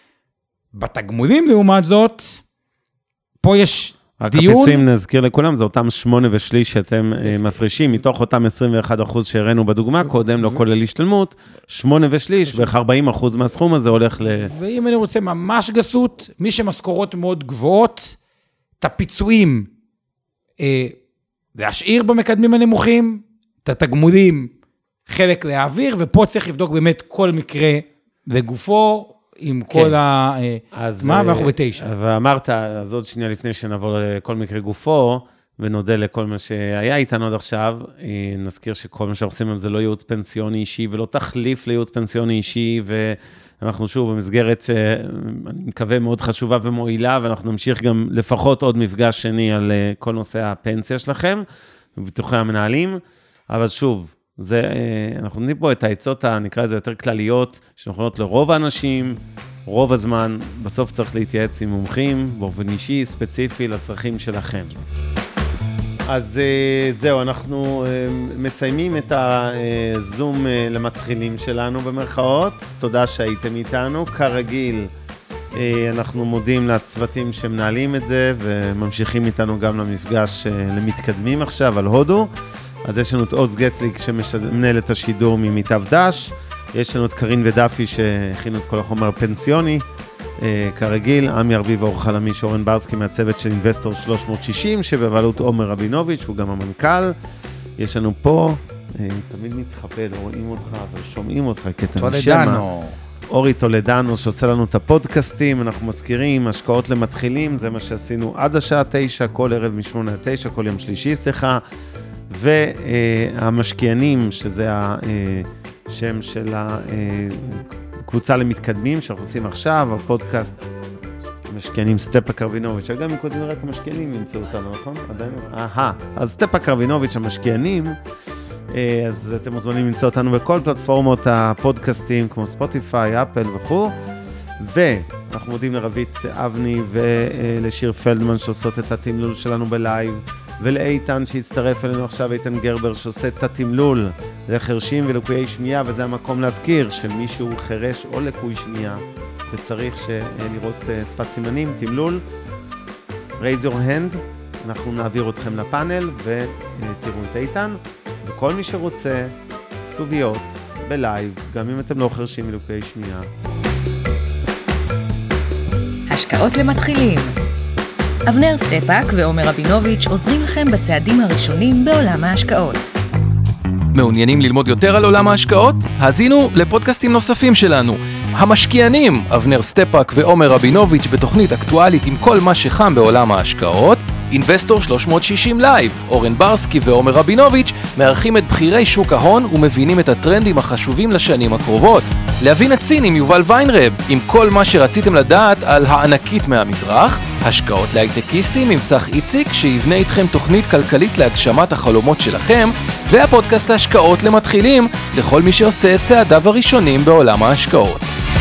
בתגמולים לעומת זאת, פה יש רק דיון. הפיצויים נזכיר לכולם, זה אותם שמונה ושליש שאתם מפרישים, מתוך אותם עשרים ואחד אחוז שהראינו בדוגמה, קודם לא כולל השתלמות, שמונה ושליש, בערך ארבעים אחוז מהסכום הזה הולך ל... ואם אני רוצה ממש גסות, מי שמשכורות מאוד גבוהות, את הפיצויים, להשאיר במקדמים הנמוכים, את התגמולים, חלק להעביר, ופה צריך לבדוק באמת כל מקרה לגופו, עם כל ה... מה? ואנחנו בתשע. ואמרת, אז עוד שנייה לפני שנעבור לכל מקרה גופו, ונודה לכל מה שהיה איתנו עד עכשיו, נזכיר שכל מה שאנחנו עושים זה לא ייעוץ פנסיוני אישי, ולא תחליף לייעוץ פנסיוני אישי, ואנחנו שוב במסגרת שאני מקווה מאוד חשובה ומועילה, ואנחנו נמשיך גם לפחות עוד מפגש שני על כל נושא הפנסיה שלכם, וביטוחי המנהלים, אבל שוב, זה, אנחנו נותנים פה את העצות, נקרא לזה יותר כלליות, שנכונות לרוב האנשים, רוב הזמן, בסוף צריך להתייעץ עם מומחים, באופן אישי, ספציפי, לצרכים שלכם. אז זהו, אנחנו מסיימים את הזום למתחילים שלנו במרכאות. תודה שהייתם איתנו. כרגיל, אנחנו מודים לצוותים שמנהלים את זה, וממשיכים איתנו גם למפגש למתקדמים עכשיו על הודו. אז יש לנו את עוז גצליק שמנהל את השידור ממיטב דש, יש לנו את קרין ודפי שהכינו את כל החומר הפנסיוני, כרגיל, עמי ארביב ואור חלמי, שורן ברסקי מהצוות של אינבסטור שלוש מאות שישים, שבבעלות עומר רבינוביץ', הוא גם המנכ"ל. יש לנו פה, תמיד מתחבא, לא רואים אותך, אבל שומעים אותך, כתב משמע. אורי טולדנו, שעושה לנו את הפודקאסטים, אנחנו מזכירים, השקעות למתחילים, זה מה שעשינו עד השעה תשע, כל ערב משמונה עד תשע, כל יום שלישי, סליחה. והמשקיענים, שזה השם של הקבוצה למתקדמים, שאנחנו עושים עכשיו, הפודקאסט, משקיענים סטפה קרבינוביץ', גם מקודם רק המשקיענים ימצאו אותנו, נכון? עדיין? אהה, אז סטפה קרבינוביץ', המשקיענים, אז אתם מוזמנים למצוא אותנו בכל פלטפורמות הפודקאסטים, כמו ספוטיפיי, אפל וכו', ואנחנו מודים לרבית אבני ולשיר פלדמן, שעושות את התמלול שלנו בלייב, ולאיתן שהצטרף אלינו עכשיו, איתן גרבר, שעושה את התמלול לחרשים ולקויי שמיעה, וזה המקום להזכיר שמישהו חרש או לקוי שמיעה, וצריך לראות שפת סימנים, תמלול, raise your hand, אנחנו נעביר אתכם לפאנל, ותראו את איתן, וכל מי שרוצה, כתוביות, בלייב, גם אם אתם לא חרשים ולקויי שמיעה. השקעות למתחילים. אבנר סטפאק ועומר רבינוביץ' עוזרים לכם בצעדים הראשונים בעולם ההשקעות. מעוניינים ללמוד יותר על עולם ההשקעות? האזינו לפודקאסטים נוספים שלנו. המשקיענים, אבנר סטפאק ועומר רבינוביץ' בתוכנית אקטואלית עם כל מה שחם בעולם ההשקעות, אינבסטור שלוש מאות שישים לייב, אורן ברסקי ועומר רבינוביץ' מארחים את בחירי שוק ההון ומבינים את הטרנדים החשובים לשנים הקרובות. להבין את סין עם יובל ויינרב, עם כל מה שרציתם לדעת על הענקית מהמזרח, השקעות להייטקיסטים עם צח איציק שיבנה איתכם תוכנית כלכלית להגשמת החלומות שלכם, והפודקאסט ההשקעות למתחילים לכל מי שעושה את צעדיו הראשונים בעולם ההשקעות.